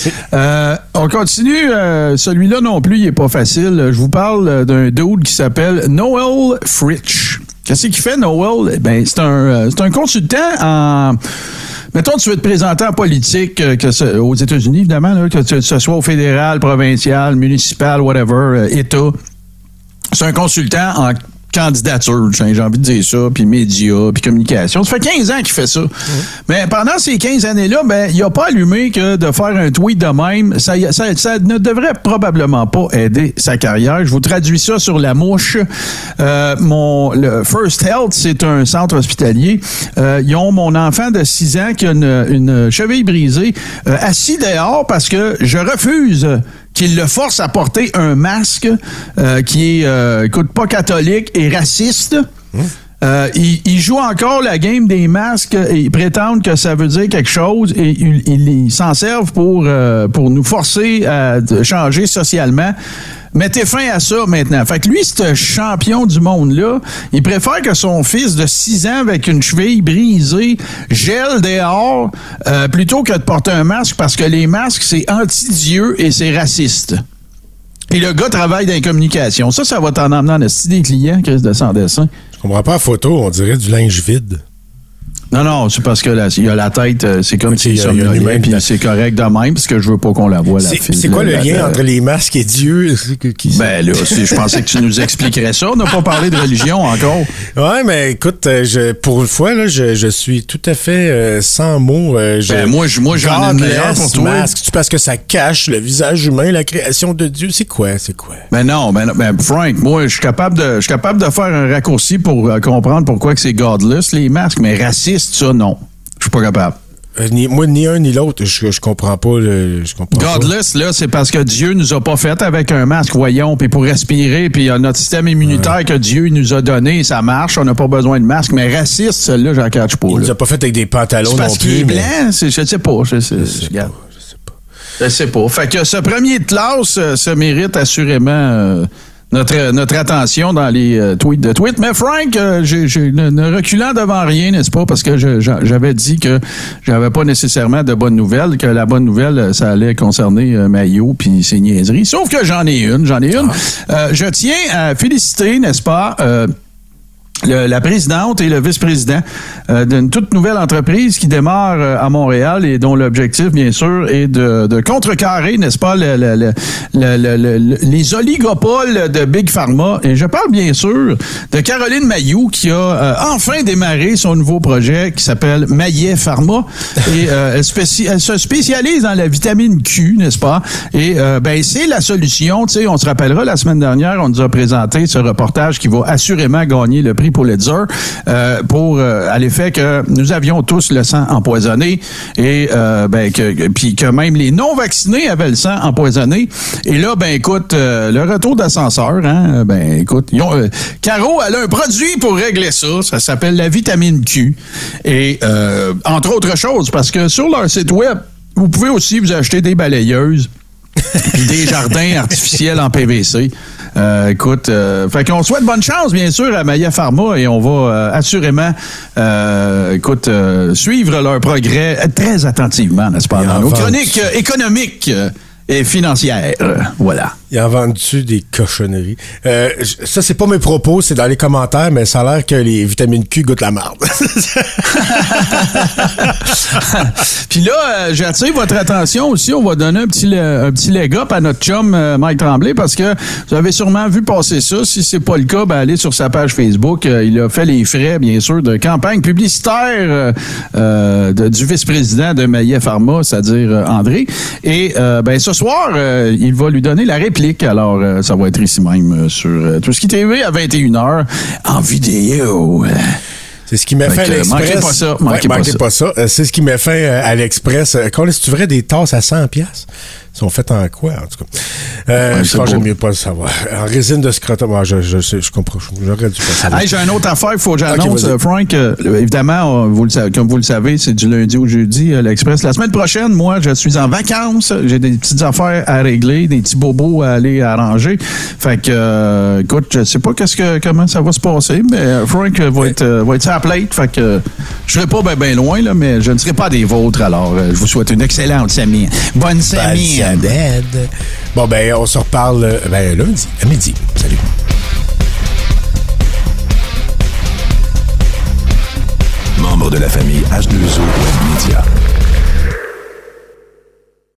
euh, on continue. Euh, celui-là non plus, il est pas facile. Je vous parle d'un dude qui s'appelle Noel Fritsch. Qu'est-ce qu'il fait, Noel? Ben, c'est un, c'est un consultant en... Mettons, tu veux te présenter en politique, que ce, aux États-Unis, évidemment, là, que ce soit au fédéral, provincial, municipal, whatever, euh, État. C'est un consultant en candidature, j'ai envie de dire ça, puis médias, puis communication. Ça fait quinze ans qu'il fait ça. Mmh. Mais pendant ces quinze années-là, ben, il n'a pas allumé que de faire un tweet de même, ça, ça, ça ne devrait probablement pas aider sa carrière. Je vous traduis ça sur la mouche. Euh, mon, le First Health, c'est un centre hospitalier. Euh, ils ont mon enfant de six ans qui a une, une cheville brisée, euh, assis dehors parce que je refuse qu'il le force à porter un masque euh, qui est, euh, écoute, pas catholique et raciste. Mmh. Euh, il, il joue encore la game des masques et ils prétendent que ça veut dire quelque chose et ils, ils, ils s'en servent pour, euh, pour nous forcer à changer socialement. Mettez fin à ça maintenant. Fait que lui, ce champion du monde-là, il préfère que son fils de six ans avec une cheville brisée gèle dehors euh, plutôt que de porter un masque parce que les masques, c'est anti-Dieu et c'est raciste. Et le gars travaille dans les communications. Ça, ça va t'en emmener en esti des clients, Chris de sans dessin. Je comprends pas la photo, on dirait du linge vide. Non, non, c'est parce que là, il y a la tête, c'est comme okay, s'il somnolait, puis c'est correct de même, parce que je veux pas qu'on la voie, la c'est, fille. C'est quoi là, le lien la, entre les masques et Dieu? Qui, ben là, c'est, je pensais que tu nous expliquerais ça. On n'a pas parlé de religion encore. Ouais, mais écoute, je, pour une fois, là, je, je suis tout à fait euh, sans mots. Euh, je, ben moi, je, moi j'en ai une meilleure pour toi. Masque, c'est parce que ça cache le visage humain, la création de Dieu. C'est quoi? C'est quoi? Ben non, ben, ben Frank, moi, je suis capable de je suis capable de faire un raccourci pour euh, comprendre pourquoi que c'est godless, les masques, mais raciste, ça, non. Je suis pas capable. Euh, ni, moi, ni un ni l'autre. Je, je comprends pas. Le, je comprends Godless, pas. Là, c'est parce que Dieu nous a pas fait avec un masque, voyons, puis pour respirer, puis notre système immunitaire ouais. que Dieu nous a donné, ça marche, on n'a pas besoin de masque. Mais raciste, celui-là, j'en catch pas. Il là. nous a pas fait avec des pantalons c'est non parce plus. Parce qu'il est blanc, c'est, je sais pas. Je sais, je sais pas. Je sais pas. Je sais pas. Fait que ce premier de classe euh, se mérite assurément... Euh, Notre, notre attention dans les euh, tweets de tweets. Mais Frank, euh, j'ai, j'ai, ne, ne reculant devant rien, n'est-ce pas? Parce que je, j'avais dit que j'avais pas nécessairement de bonnes nouvelles, que la bonne nouvelle, ça allait concerner euh, Maillot puis ses niaiseries. Sauf que j'en ai une, j'en ai une. Euh, je tiens à féliciter, n'est-ce pas, euh, Le, la présidente et le vice-président euh, d'une toute nouvelle entreprise qui démarre euh, à Montréal et dont l'objectif, bien sûr, est de, de contrecarrer, n'est-ce pas, le, le, le, le, le, le, les oligopoles de Big Pharma. Et je parle, bien sûr, de Caroline Mayou qui a euh, enfin démarré son nouveau projet qui s'appelle Maillet Pharma. Et euh, elle, spéci- elle se spécialise dans la vitamine Q, n'est-ce pas? Et euh, ben c'est la solution. Tu sais, on se rappellera, la semaine dernière, on nous a présenté ce reportage qui va assurément gagner le prix Pulitzer euh, pour euh, à l'effet que nous avions tous le sang empoisonné et euh, ben que puis que même les non vaccinés avaient le sang empoisonné. Et là ben écoute euh, le retour d'ascenseur hein ben écoute ils ont, euh, Caro elle a un produit pour régler ça, ça s'appelle la vitamine Q et euh, entre autres choses parce que sur leur site web vous pouvez aussi vous acheter des balayeuses puis des jardins artificiels en P V C. Euh, écoute, euh, fait qu'on souhaite bonne chance, bien sûr, à Maillet Pharma et on va euh, assurément, euh, écoute, euh, suivre leur progrès très attentivement, n'est-ce pas, dans nos chroniques euh, économiques euh, et financières. Euh, voilà. Ils en vendent-tu des cochonneries? Euh, ça, c'est pas mes propos, c'est dans les commentaires, mais ça a l'air que les vitamines Q goûtent la marde. Puis là, euh, j'attire votre attention aussi. On va donner un petit, un petit leg up à notre chum euh, Mike Tremblay parce que vous avez sûrement vu passer ça. Si c'est pas le cas, ben allez sur sa page Facebook. Euh, il a fait les frais, bien sûr, de campagne publicitaire euh, euh, de, du vice-président de Maillet Pharma, c'est-à-dire euh, André. Et euh, ben ce soir, euh, il va lui donner la réplique. Alors, euh, ça va être ici même euh, sur euh, Tout ce qui T V à vingt et une heures en vidéo. C'est ce qui met fin à l'Express. Manquez pas ça. Manquez, ouais, pas, manquez ça. pas ça. C'est ce qui met fin à l'Express. Quand est-ce que tu verrais des tasses à cent piastres? Ils sont faites en quoi, en tout cas? Euh, Ouais, je crois que j'aime mieux pas le savoir. En résine de scrotum, ah, je, je, sais, je comprends. J'aurais dû pas savoir. Hey, j'ai une autre affaire, il faut que j'annonce, Okay, Frank. Euh, évidemment, euh, vous le savez, comme vous le savez, c'est du lundi au jeudi, euh, l'Express. La semaine prochaine, moi, je suis en vacances. J'ai des petites affaires à régler, des petits bobos à aller arranger. Fait que, euh, écoute, je sais pas qu'est-ce que, comment ça va se passer, mais Frank va être, euh, va être sur la plate. Fait que, euh, je serai pas bien ben loin, là, mais je ne serai pas des vôtres. Alors, euh, je vous souhaite une excellente semaine. Bonne semaine. Bon, ben, on se reparle ben, lundi, à midi. Salut. Membre de la famille H deux O Web Media.